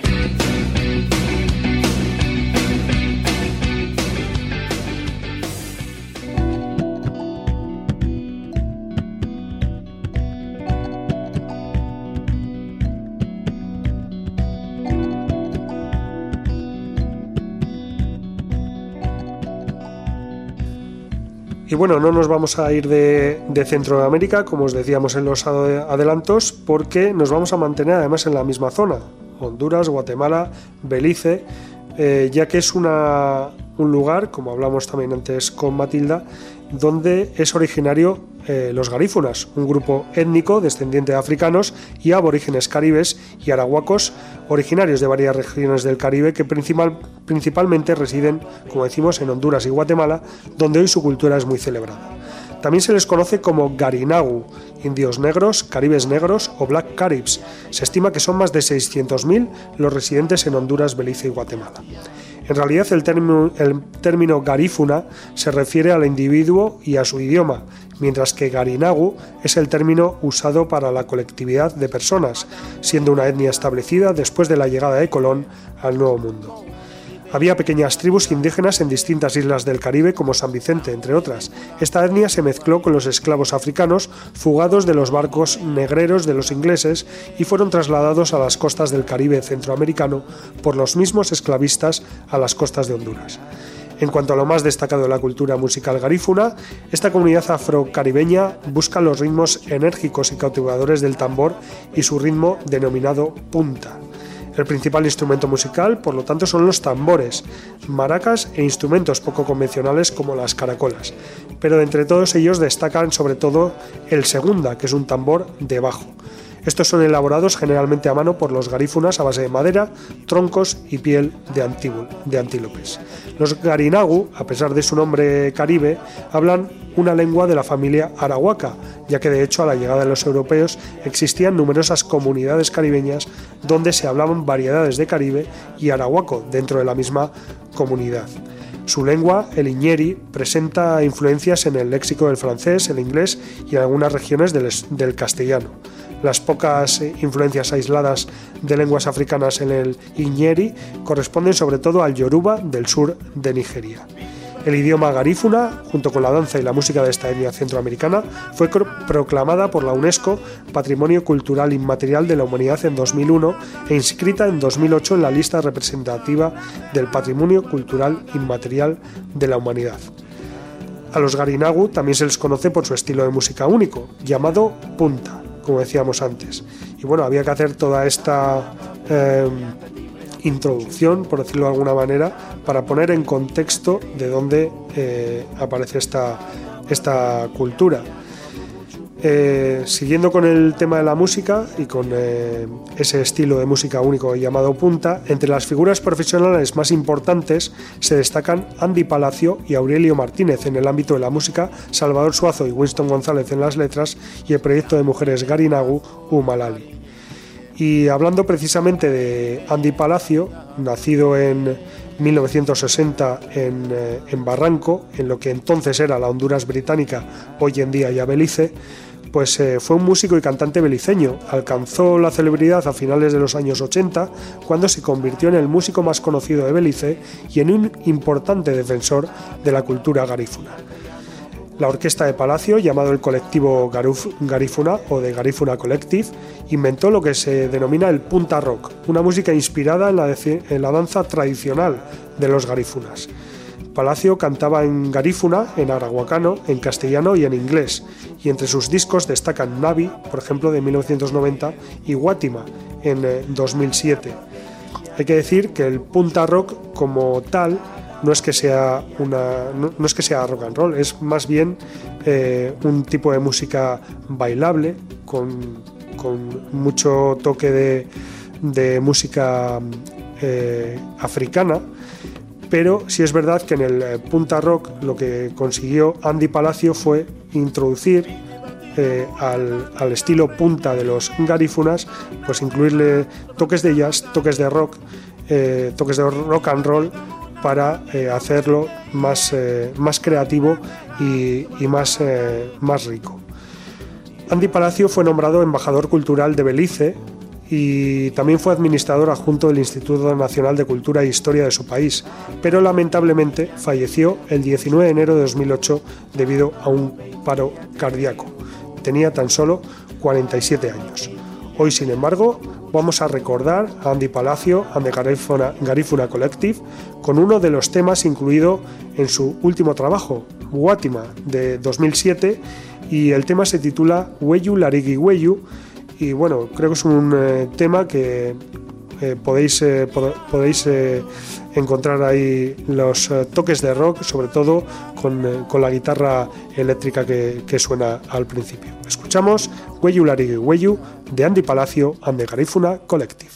B: Y bueno, no nos vamos a ir de, de Centroamérica, como os decíamos en los adelantos, porque nos vamos a mantener además en la misma zona, Honduras, Guatemala, Belice, eh, ya que es una, un lugar, como hablamos también antes con Matilda, donde es originario eh, los garífunas, un grupo étnico descendiente de africanos y aborígenes caribes y arahuacos originarios de varias regiones del Caribe que principal, principalmente residen, como decimos, en Honduras y Guatemala, donde hoy su cultura es muy celebrada. También se les conoce como Garinagu, indios negros, caribes negros o Black Caribs. Se estima que son más de seiscientos mil los residentes en Honduras, Belice y Guatemala. En realidad el término, el término garífuna se refiere al individuo y a su idioma, mientras que Garinagu es el término usado para la colectividad de personas, siendo una etnia establecida después de la llegada de Colón al Nuevo Mundo. Había pequeñas tribus indígenas en distintas islas del Caribe, como San Vicente, entre otras. Esta etnia se mezcló con los esclavos africanos fugados de los barcos negreros de los ingleses y fueron trasladados a las costas del Caribe centroamericano por los mismos esclavistas a las costas de Honduras. En cuanto a lo más destacado de la cultura musical garífuna, esta comunidad afrocaribeña busca los ritmos enérgicos y cautivadores del tambor y su ritmo denominado punta. El principal instrumento musical, por lo tanto, son los tambores, maracas e instrumentos poco convencionales como las caracolas, pero de entre todos ellos destacan sobre todo el segunda, que es un tambor de bajo. Estos son elaborados generalmente a mano por los garífunas a base de madera, troncos y piel de, antíbulo, de antílopes. Los Garinagu, a pesar de su nombre caribe, hablan una lengua de la familia arahuaca, ya que de hecho a la llegada de los europeos existían numerosas comunidades caribeñas donde se hablaban variedades de caribe y arahuaco dentro de la misma comunidad. Su lengua, el iñeri, presenta influencias en el léxico del francés, el inglés y en algunas regiones del, del castellano. Las pocas influencias aisladas de lenguas africanas en el iñeri corresponden sobre todo al yoruba del sur de Nigeria. El idioma garífuna, junto con la danza y la música de esta etnia centroamericana, fue proclamada por la UNESCO Patrimonio Cultural Inmaterial de la Humanidad en dos mil uno e inscrita en dos mil ocho en la lista representativa del Patrimonio Cultural Inmaterial de la Humanidad. A los Garinagu también se les conoce por su estilo de música único, llamado punta, como decíamos antes. Y bueno, había que hacer toda esta eh, introducción, por decirlo de alguna manera, para poner en contexto de dónde eh, aparece esta, esta cultura. Eh, siguiendo con el tema de la música y con eh, ese estilo de música único llamado punta, entre las figuras profesionales más importantes se destacan Andy Palacio y Aurelio Martínez en el ámbito de la música, Salvador Suazo y Winston González en las letras y el proyecto de mujeres Garinagu Umalali. Y hablando precisamente de Andy Palacio, nacido en mil novecientos sesenta en, eh, en Barranco, en lo que entonces era la Honduras británica, hoy en día ya Belice, pues eh, fue un músico y cantante beliceño. Alcanzó la celebridad a finales de los años ochenta, cuando se convirtió en el músico más conocido de Belice y en un importante defensor de la cultura garífuna. La orquesta de Palacio, llamado el colectivo Garuf, Garífuna o de Garífuna Collective, inventó lo que se denomina el punta rock, una música inspirada en la, de, en la danza tradicional de los garífunas. Palacio cantaba en garífuna, en arahuacano, en castellano y en inglés, y entre sus discos destacan Navi, por ejemplo, de mil novecientos noventa, y Guatima, en eh, dos mil siete. Hay que decir que el punta rock como tal no es que sea una no, no es que sea rock and roll, es más bien eh, un tipo de música bailable con, con mucho toque de, de música eh, africana, pero sí es verdad que en el punta rock lo que consiguió Andy Palacio fue introducir eh, al, al estilo punta de los garífunas, pues incluirle toques de jazz, toques de rock, eh, toques de rock and roll, para eh, hacerlo más, eh, más creativo y, y más, eh, más rico. Andy Palacio fue nombrado embajador cultural de Belice y también fue administrador adjunto del Instituto Nacional de Cultura e Historia de su país, pero lamentablemente falleció el diecinueve de enero de dos mil ocho debido a un paro cardíaco. Tenía tan solo cuarenta y siete años. Hoy, sin embargo, vamos a recordar a Andy Palacio and the Garifuna, Garifuna Collective con uno de los temas incluido en su último trabajo, Guatima, de dos mil siete, y el tema se titula Weyu Larigi Weyu, y bueno, creo que es un eh, tema que eh, podéis, eh, pod- podéis eh, encontrar ahí los eh, toques de rock, sobre todo con, eh, con la guitarra eléctrica que, que suena al principio. Escuchamos Weyu Larigi Weyu de Andy Palacio and the Garifuna Collective.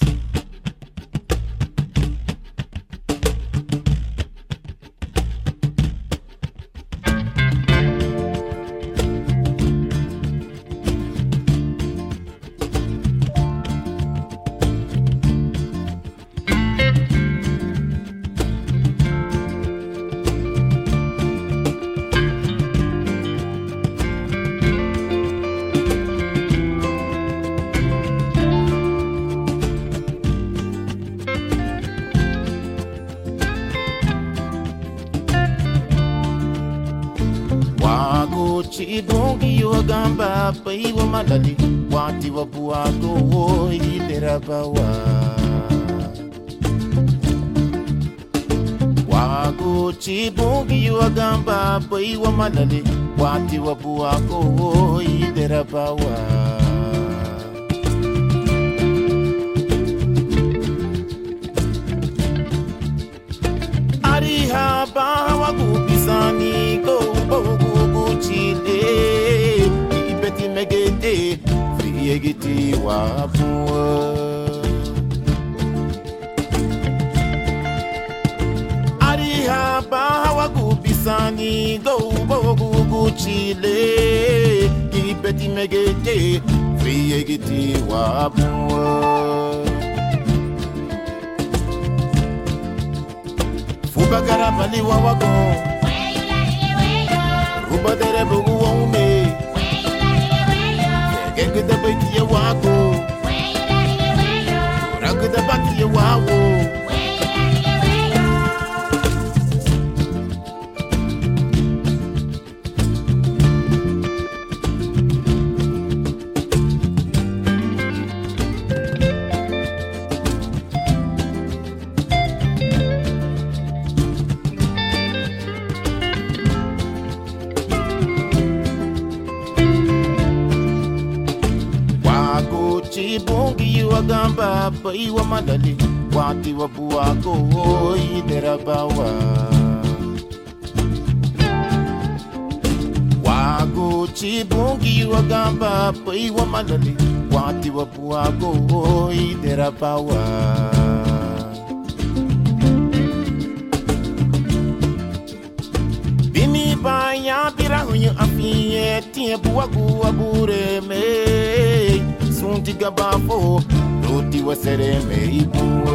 H: Chibongi wagamba pai wa madali wati wa buago idera bawa wago chibongi wagamba pai wa madali wati wa buago idera bawa Ariha ba wa kubisani go bogu Chile, ibeti megete, friegiti wapua. Ariha bawa kubisani go bogu Chile, ibeti megete, friegiti wapua. Fubagara bali wawago. Ruba dere bugu wome, genge da baki ya wako, ragu da baki ya wawo. Chibongi wagamba pai wa madali wati wa buago idera bawa wago chibongi wagamba pai wa madali wati wa buago idera bawa Bini banya pirahunyo afiye tie buago abure me Sunti gabafo, roti wa sereme ibuo.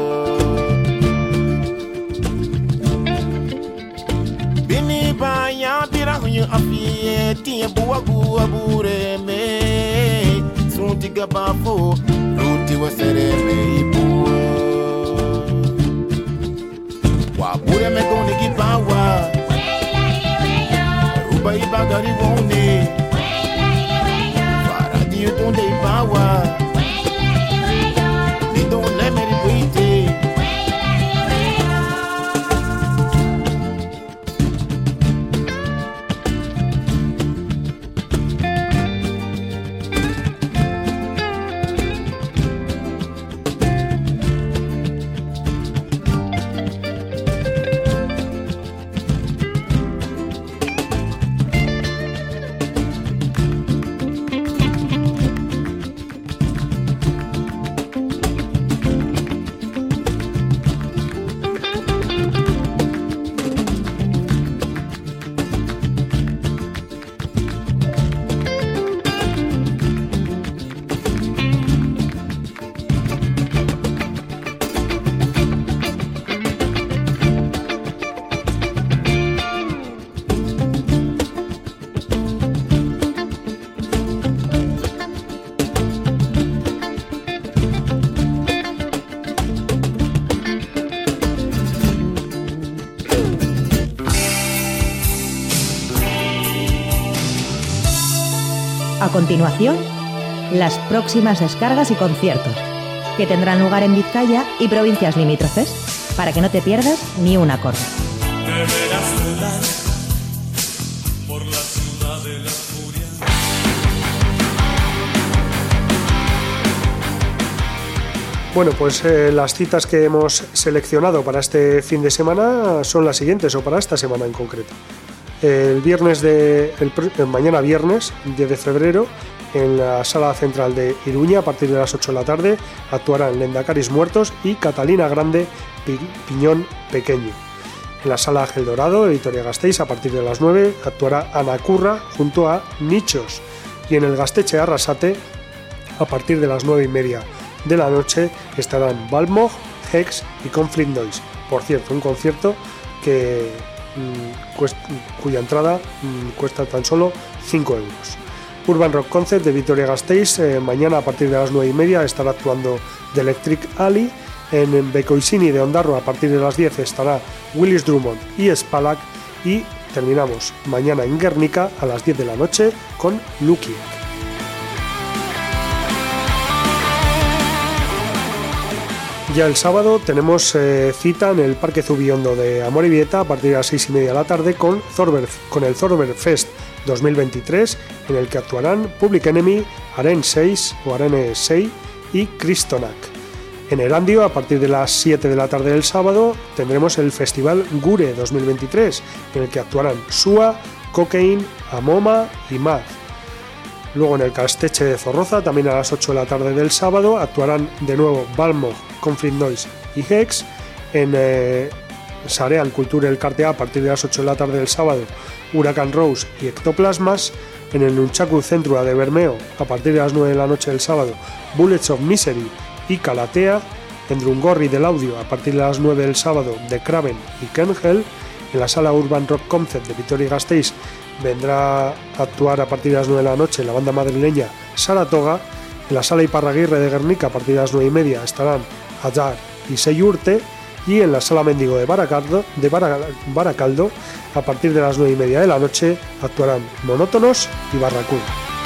H: Bini banya birahunyo afiye tiye buwagu abure me. Sunti gabafo, roti wa sereme ibuo. Wabure me goni gibawa, ruba ibagari wone. You don't they power. They don't let me wait.
A: continuación, las próximas descargas y conciertos, que tendrán lugar en Vizcaya y provincias limítrofes, para que no te pierdas ni un acorde.
I: Por la ciudad de la furia.
B: Bueno, pues eh, las citas que hemos seleccionado para este fin de semana son las siguientes, o para esta semana en concreto. El viernes de el, el mañana viernes, diez de febrero, en la Sala Central de Iruña, a partir de las ocho de la tarde, actuarán Lendacaris Muertos y Catalina Grande Pi, Piñón Pequeño. En la Sala Ángel Dorado de Vitoria-Gasteiz, a partir de las nueve, actuará Ana Curra junto a Nichos. Y en el Gaztetxe Arrasate, a partir de las nueve y media de la noche, estarán Balmog, Hex y Conflict Noise. Por cierto, un concierto que, mmm, cuesta, cuya entrada mmm, cuesta tan solo cinco euros. Urban Rock Concert de Vitoria-Gasteiz, eh, mañana a partir de las nueve y media estará actuando The Electric Alley. En Becoisini de Ondarroa, a partir de las diez, estará Willis Drummond y Spalak. Y terminamos mañana en Guernica a las diez de la noche con Lucky. Ya el sábado tenemos eh, cita en el Parque Zubiondo de Amorebieta a partir de las seis y media de la tarde con, Thorber, con el Thorber Fest dos mil veintitrés, en el que actuarán Public Enemy, Arene seis o Arene seis y Kristonak. En Erandio, a partir de las siete de la tarde del sábado, tendremos el Festival Gure dos mil veintitrés, en el que actuarán Sua, Cocaine, Amoma y Mad. Luego en el Gaztetxe de Zorroza, también a las ocho de la tarde del sábado, actuarán de nuevo Balmog, Conflict Noise y Hex. En eh, Sarean Cultura El Cartea, a partir de las ocho de la tarde del sábado, Huracán Rose y Ectoplasmas. En el Nunchaku Centrua de Bermeo, a partir de las nueve de la noche del sábado, Bullets of Misery y Calatea. En Drungorri del Audio, a partir de las nueve del sábado, The Kraven y Kengel. En la Sala Urban Rock Concert de Vitoria-Gasteiz vendrá a actuar a partir de las nueve de la noche la banda madrileña Saratoga. En la Sala Iparraguirre de Guernica, a partir de las nueve y media, estarán Adar y Seyurte. Y en la Sala Mendigo de Baracaldo, de Baracaldo, a partir de las nueve y media de la noche, actuarán Monótonos y Barracuda.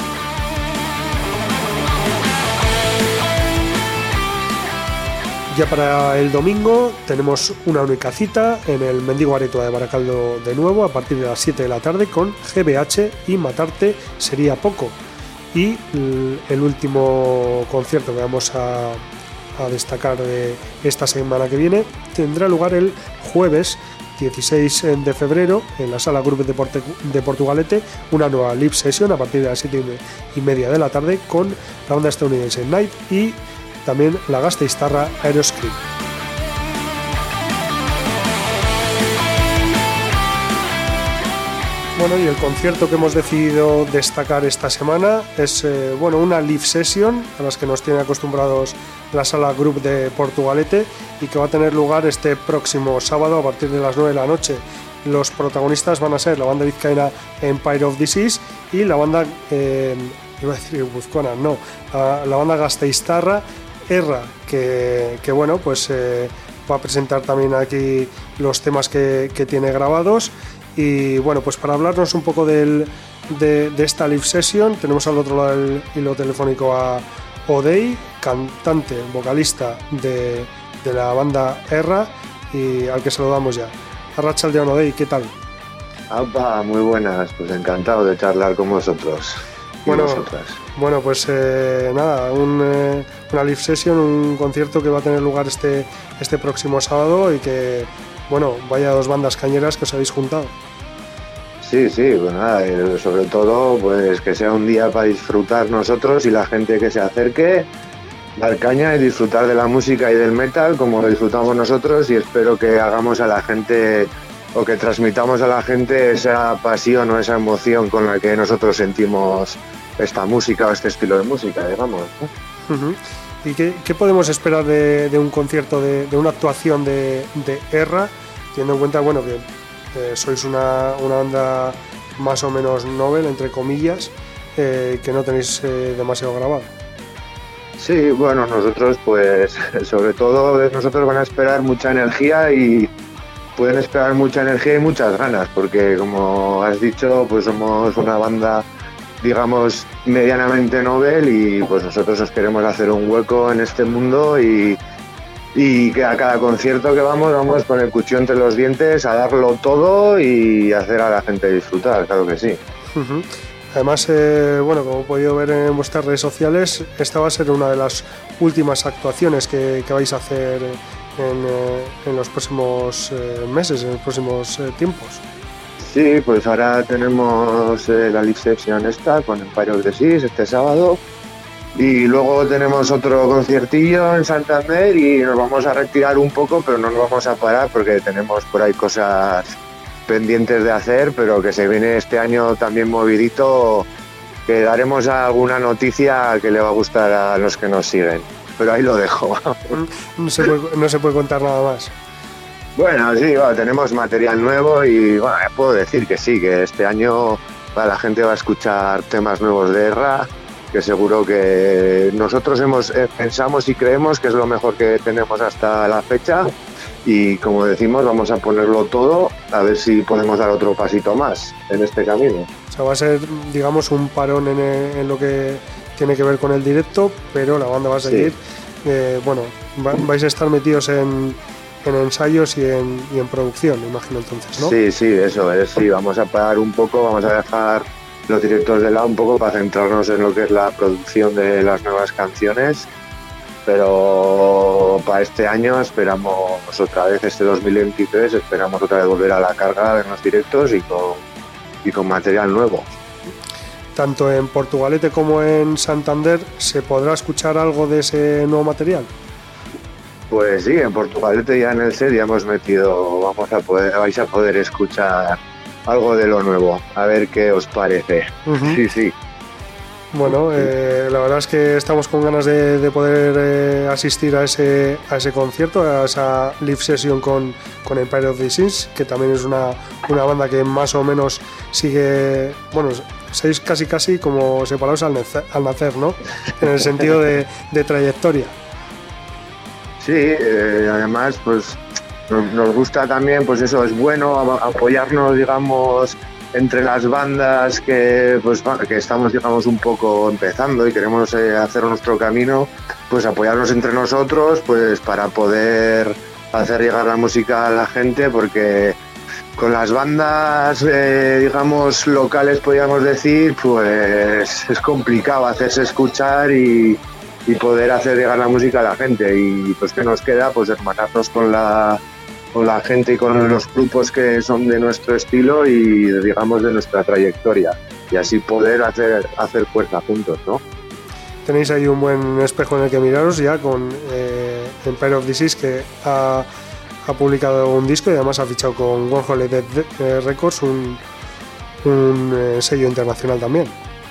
B: Ya para el domingo tenemos una única cita en el Mendigo Aretua de Baracaldo de nuevo, a partir de las siete de la tarde, con G B H y Matarte Sería Poco. Y el último concierto que vamos a, a destacar de esta semana que viene tendrá lugar el jueves dieciséis de febrero en la Sala Group de, Porte, de Portugalete, una nueva live session a partir de las siete y media de la tarde con la banda estadounidense Night y también la gasteiztarra Aeroscream. Bueno, y el concierto que hemos decidido destacar esta semana es eh, bueno, una live session a las que nos tiene acostumbrados la Sala Group de Portugalete y que va a tener lugar este próximo sábado a partir de las nueve de la noche. Los protagonistas van a ser la banda vizcaína Empire of Disease y la banda, eh, iba a decir Buzcona, no, la, la banda gasteiztarra Erra, que, que bueno, pues eh, va a presentar también aquí los temas que, que tiene grabados. Y bueno, pues para hablarnos un poco del, de, de esta live session, tenemos al otro lado del hilo telefónico a Odei, cantante, vocalista de, de la banda Erra, y al que saludamos ya. Arratsaldeon, Odei, ¿qué tal?
J: Opa, muy buenas, pues encantado de charlar con vosotros y
B: bueno,
J: vosotras.
B: Bueno, pues eh, nada, un, eh, una live session, un concierto que va a tener lugar este, este próximo sábado y que, bueno, vaya dos bandas cañeras que os habéis juntado.
J: Sí, sí, pues nada, sobre todo pues que sea un día para disfrutar nosotros y la gente que se acerque, dar caña y disfrutar de la música y del metal como lo disfrutamos nosotros, y espero que hagamos a la gente o que transmitamos a la gente esa pasión o esa emoción con la que nosotros sentimos esta música o este estilo de música, digamos.
B: Uh-huh. ¿Y qué, qué podemos esperar de, de un concierto, de, de una actuación de, de Erra, teniendo en cuenta, bueno, que eh, sois una, una banda más o menos novel, entre comillas, eh, que no tenéis eh, demasiado grabado?
J: Sí, bueno, nosotros pues sobre todo de nosotros van a esperar mucha energía y pueden esperar mucha energía y muchas ganas, porque como has dicho, pues somos una banda digamos, medianamente novel y pues nosotros os queremos hacer un hueco en este mundo y, y que a cada concierto que vamos, vamos con el cuchillo entre los dientes a darlo todo y hacer a la gente disfrutar, claro que sí.
B: Uh-huh. Además, eh, bueno, como he podido ver en vuestras redes sociales, esta va a ser una de las últimas actuaciones que, que vais a hacer en, eh, en los próximos eh, meses, en los próximos eh, tiempos.
J: Sí, pues ahora tenemos eh, la live session esta con Empire of the Seas este sábado y luego tenemos otro conciertillo en Santander y nos vamos a retirar un poco, pero no nos vamos a parar porque tenemos por ahí cosas pendientes de hacer, pero que se viene este año también movidito, que daremos alguna noticia que le va a gustar a los que nos siguen, pero ahí lo dejo.
B: No se puede, no se puede contar nada más.
J: Bueno, sí, bueno, tenemos material nuevo y bueno, puedo decir que sí, que este año bueno, la gente va a escuchar temas nuevos de Erra, que seguro que nosotros hemos eh, pensamos y creemos que es lo mejor que tenemos hasta la fecha y como decimos vamos a ponerlo todo a ver si podemos dar otro pasito más en este camino.
B: O sea, va a ser, digamos, un parón en, en lo que tiene que ver con el directo, pero la banda va a seguir. Sí. Eh, bueno, va, vais a estar metidos en... en ensayos y en, y en producción, me imagino entonces, ¿no?
J: Sí, sí, eso es, sí, vamos a parar un poco, vamos a dejar los directos de lado un poco para centrarnos en lo que es la producción de las nuevas canciones, pero para este año esperamos otra vez, este dos mil veintitrés, esperamos otra vez volver a la carga en los directos y con, y con material nuevo.
B: Tanto en Portugalete como en Santander, ¿se podrá escuchar algo de ese nuevo material?
J: Pues sí, en Portugalete ya en el set ya hemos metido, vamos a poder, vais a poder escuchar algo de lo nuevo, a ver qué os parece. Uh-huh. Sí, sí.
B: Bueno, eh, la verdad es que estamos con ganas de, de poder eh, asistir a ese, a ese concierto, a esa live session con, con Empire of the Seas, que también es una, una banda que más o menos sigue, bueno, sois casi casi como separados al nacer, al nacer, ¿no? En el sentido de, de trayectoria.
J: Sí, eh, además pues nos, nos gusta también, pues eso, es bueno apoyarnos, digamos, entre las bandas que pues que estamos, digamos, un poco empezando y queremos eh, hacer nuestro camino, pues apoyarnos entre nosotros, pues para poder hacer llegar la música a la gente, porque con las bandas, eh, digamos, locales, podríamos decir, pues es complicado hacerse escuchar y y poder hacer llegar la música a la gente y pues que nos queda pues hermanarnos con la con la gente y con los grupos que son de nuestro estilo y digamos de nuestra trayectoria y así poder hacer hacer fuerza juntos, ¿no?
B: Tenéis ahí un buen espejo en el que miraros ya con eh, Empire of the Seas, que ha, ha publicado un disco y además ha fichado con Warhol Dead Records, un, un eh, sello internacional también.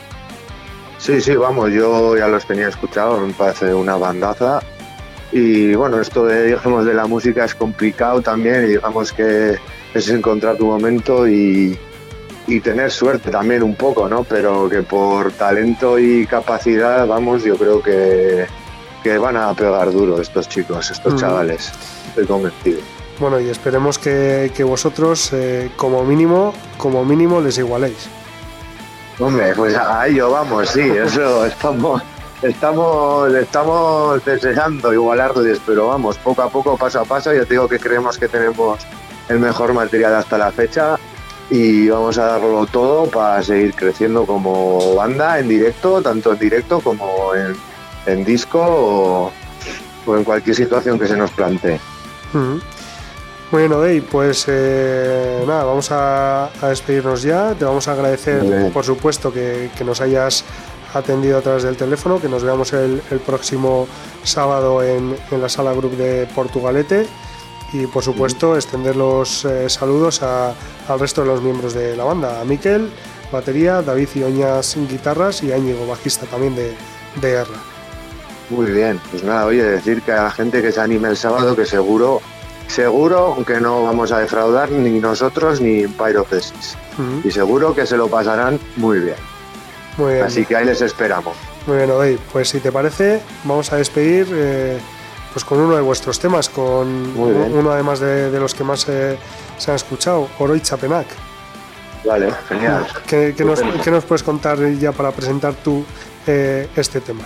J: Sí, sí, vamos, yo ya los tenía escuchados, me parece una bandaza y bueno, esto de, digamos, de la música es complicado también y digamos que es encontrar tu momento y, y tener suerte también un poco, ¿no? Pero que por talento y capacidad, vamos, yo creo que, que van a pegar duro estos chicos, estos mm. chavales, estoy convencido.
B: Bueno, y esperemos que, que vosotros eh, como mínimo, como mínimo les igualéis.
J: Hombre, pues a ello vamos, sí, eso estamos, estamos, estamos deseando igualarles, pero vamos, poco a poco, paso a paso, ya te digo que creemos que tenemos el mejor material hasta la fecha y vamos a darlo todo para seguir creciendo como banda en directo, tanto en directo como en, en disco o, o en cualquier situación que se nos plantee.
B: Uh-huh. Bueno, Dave, pues eh, nada, vamos a, a despedirnos ya. Te vamos a agradecer, por supuesto, que, que nos hayas atendido a través del teléfono, que nos veamos el, el próximo sábado en, en la Sala Group de Portugalete y, por supuesto, sí. extender los eh, saludos a, al resto de los miembros de la banda, a Miquel, batería, David Ioñas, guitarras y a Íñigo, bajista también de, de Erra.
J: Muy bien, pues nada, oye, decir que a la gente que se anime el sábado, que seguro... Seguro que no vamos a defraudar ni nosotros ni Empire of the Seas. Uh-huh. Y seguro que se lo pasarán muy bien.
B: Muy bien.
J: Así que ahí les esperamos.
B: Muy bien, Odey. Pues si te parece, vamos a despedir eh, pues con uno de vuestros temas, con uno además de, de los que más eh, se han escuchado, Oroitza Penak.
J: Vale, genial.
B: ¿Qué, qué, nos, ¿Qué nos puedes contar ya para presentar tú eh, este tema?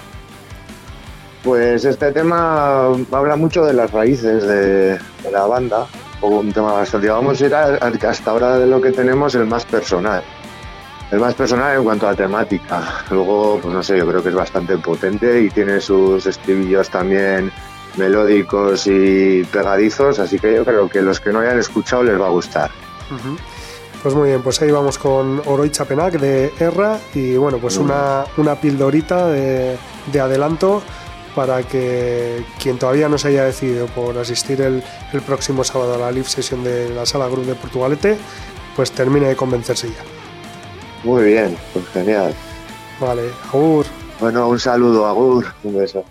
J: Pues este tema habla mucho de las raíces de, de la banda, un tema bastante, vamos a ir a, a, hasta ahora de lo que tenemos el más personal, el más personal en cuanto a temática. Luego, pues no sé, yo creo que es bastante potente y tiene sus estribillos también melódicos y pegadizos, así que yo creo que los que no hayan escuchado les va a gustar.
B: Uh-huh. Pues muy bien, pues ahí vamos con Oroitza Penak de Erra y bueno, pues uh-huh. una, una pildorita de, de adelanto para que quien todavía no se haya decidido por asistir el, el próximo sábado a la live session de la Sala Group de Portugalete, pues termine de convencerse ya.
J: Muy bien, pues genial.
B: Vale, agur.
J: Bueno, un saludo, agur, un beso.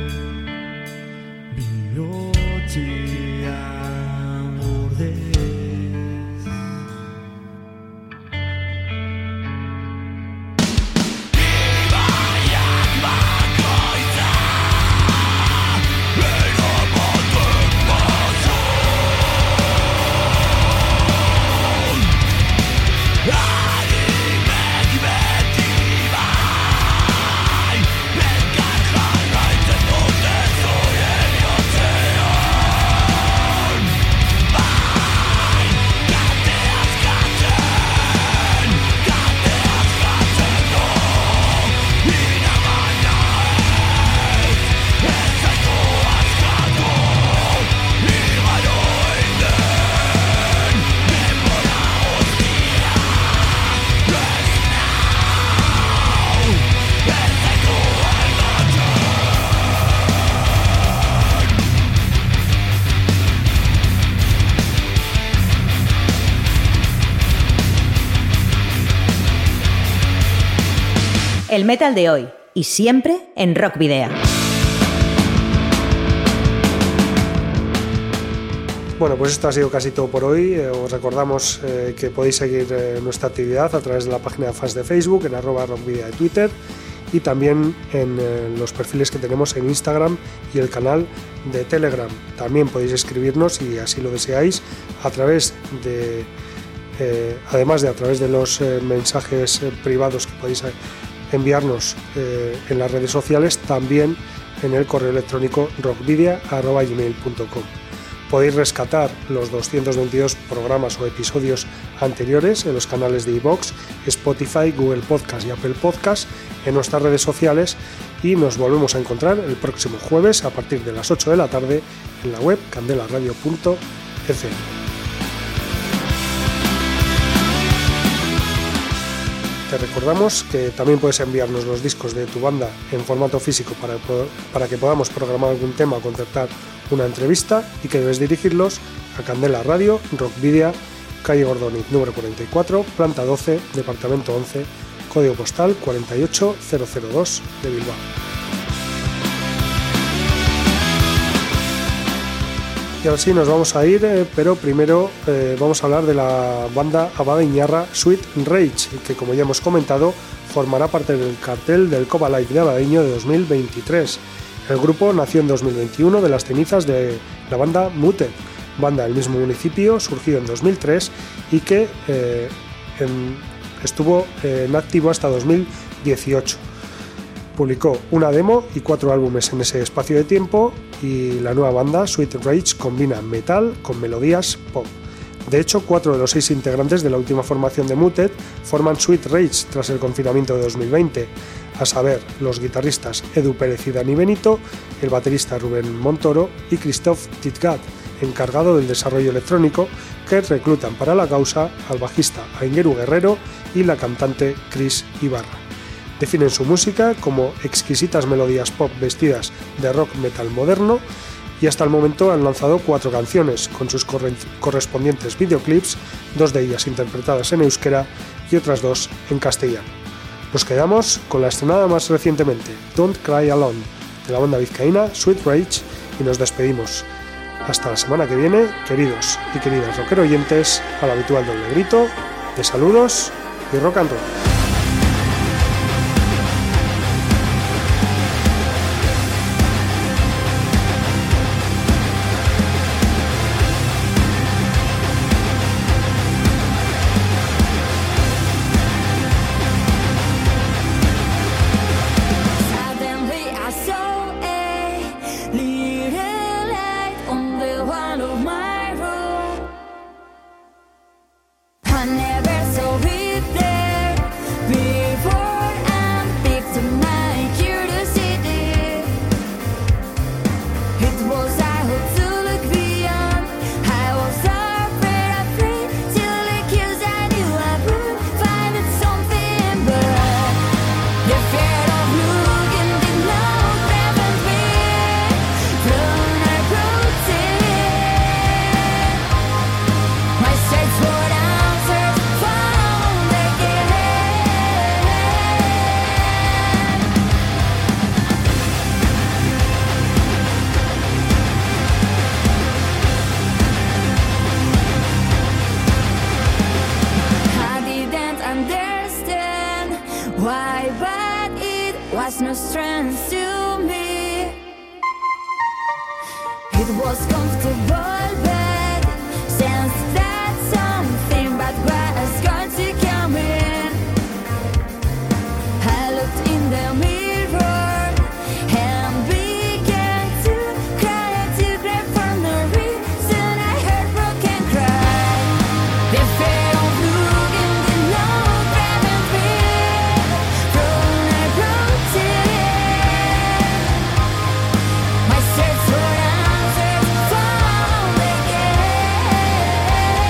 G: Bihotzian urde
A: El metal de hoy y siempre en Rock Video.
B: Bueno, pues esto ha sido casi todo por hoy. Eh, os recordamos eh, que podéis seguir eh, nuestra actividad a través de la página de fans de Facebook, en arroba rockvidea de Twitter y también en eh, los perfiles que tenemos en Instagram y el canal de Telegram. También podéis escribirnos, si así lo deseáis, a través de, eh, además de a través de los eh, mensajes eh, privados que podéis enviarnos eh, en las redes sociales, también en el correo electrónico rockvidea arroba gmail punto com. Podéis rescatar los doscientos veintidós programas o episodios anteriores en los canales de iVoox, Spotify, Google Podcast y Apple Podcast, en nuestras redes sociales, y nos volvemos a encontrar el próximo jueves a partir de las ocho de la tarde en la web candelaradio punto f m. Te recordamos que también puedes enviarnos los discos de tu banda en formato físico para, para que podamos programar algún tema o concertar una entrevista, y que debes dirigirlos a Candela Radio, Rockvidea, calle Gordoniz número cuarenta y cuatro, planta doce, departamento once, código postal cuarenta y ocho mil dos de Bilbao. Y ahora sí nos vamos a ir, eh, pero primero eh, vamos a hablar de la banda abadiñarra Sweet Rage, que, como ya hemos comentado, formará parte del cartel del Cova Live de Abadiño de dos mil veintitrés. El grupo nació en dos mil veintiuno de las cenizas de la banda Muted, banda del mismo municipio, surgido en dos mil tres y que eh, en, estuvo eh, en activo hasta dos mil dieciocho. Publicó una demo y cuatro álbumes en ese espacio de tiempo, y la nueva banda, Sweet Rage, combina metal con melodías pop. De hecho, cuatro de los seis integrantes de la última formación de Muted forman Sweet Rage tras el confinamiento de dos mil veinte, a saber, los guitarristas Edu Pérez y Dani Benito, el baterista Rubén Montoro y Christoph Titgat, encargado del desarrollo electrónico, que reclutan para la causa al bajista Aingeru Guerrero y la cantante Chris Ibarra. Definen su música como exquisitas melodías pop vestidas de rock metal moderno, y hasta el momento han lanzado cuatro canciones con sus correspondientes videoclips, dos de ellas interpretadas en euskera y otras dos en castellano. Nos quedamos con la estrenada más recientemente, Don't Cry Alone, de la banda vizcaína Sweet Rage, y nos despedimos. Hasta la semana que viene, queridos y queridas rockero oyentes, al habitual doble grito de saludos y rock and roll.
D: My search for answers found again.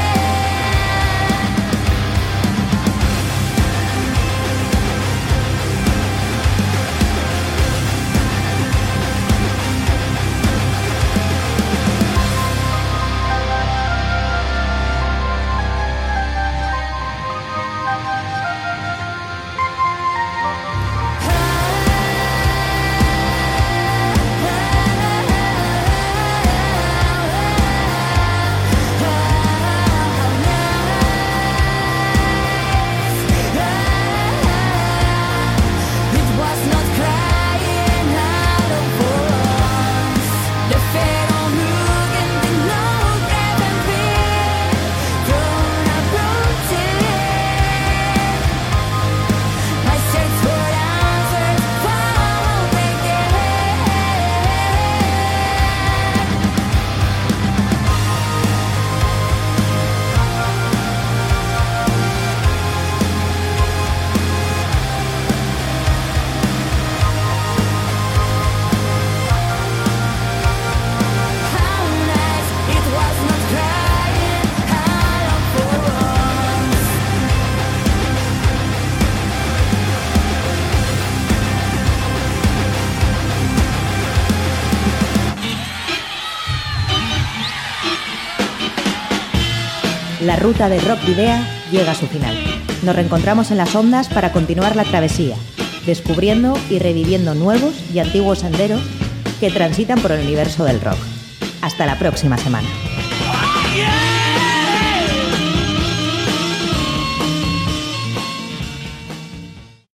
A: La ruta de Rock Video llega a su final. Nos reencontramos en las ondas para continuar la travesía, descubriendo y reviviendo nuevos y antiguos senderos que transitan por el universo del rock. Hasta la próxima semana.
E: Yeah!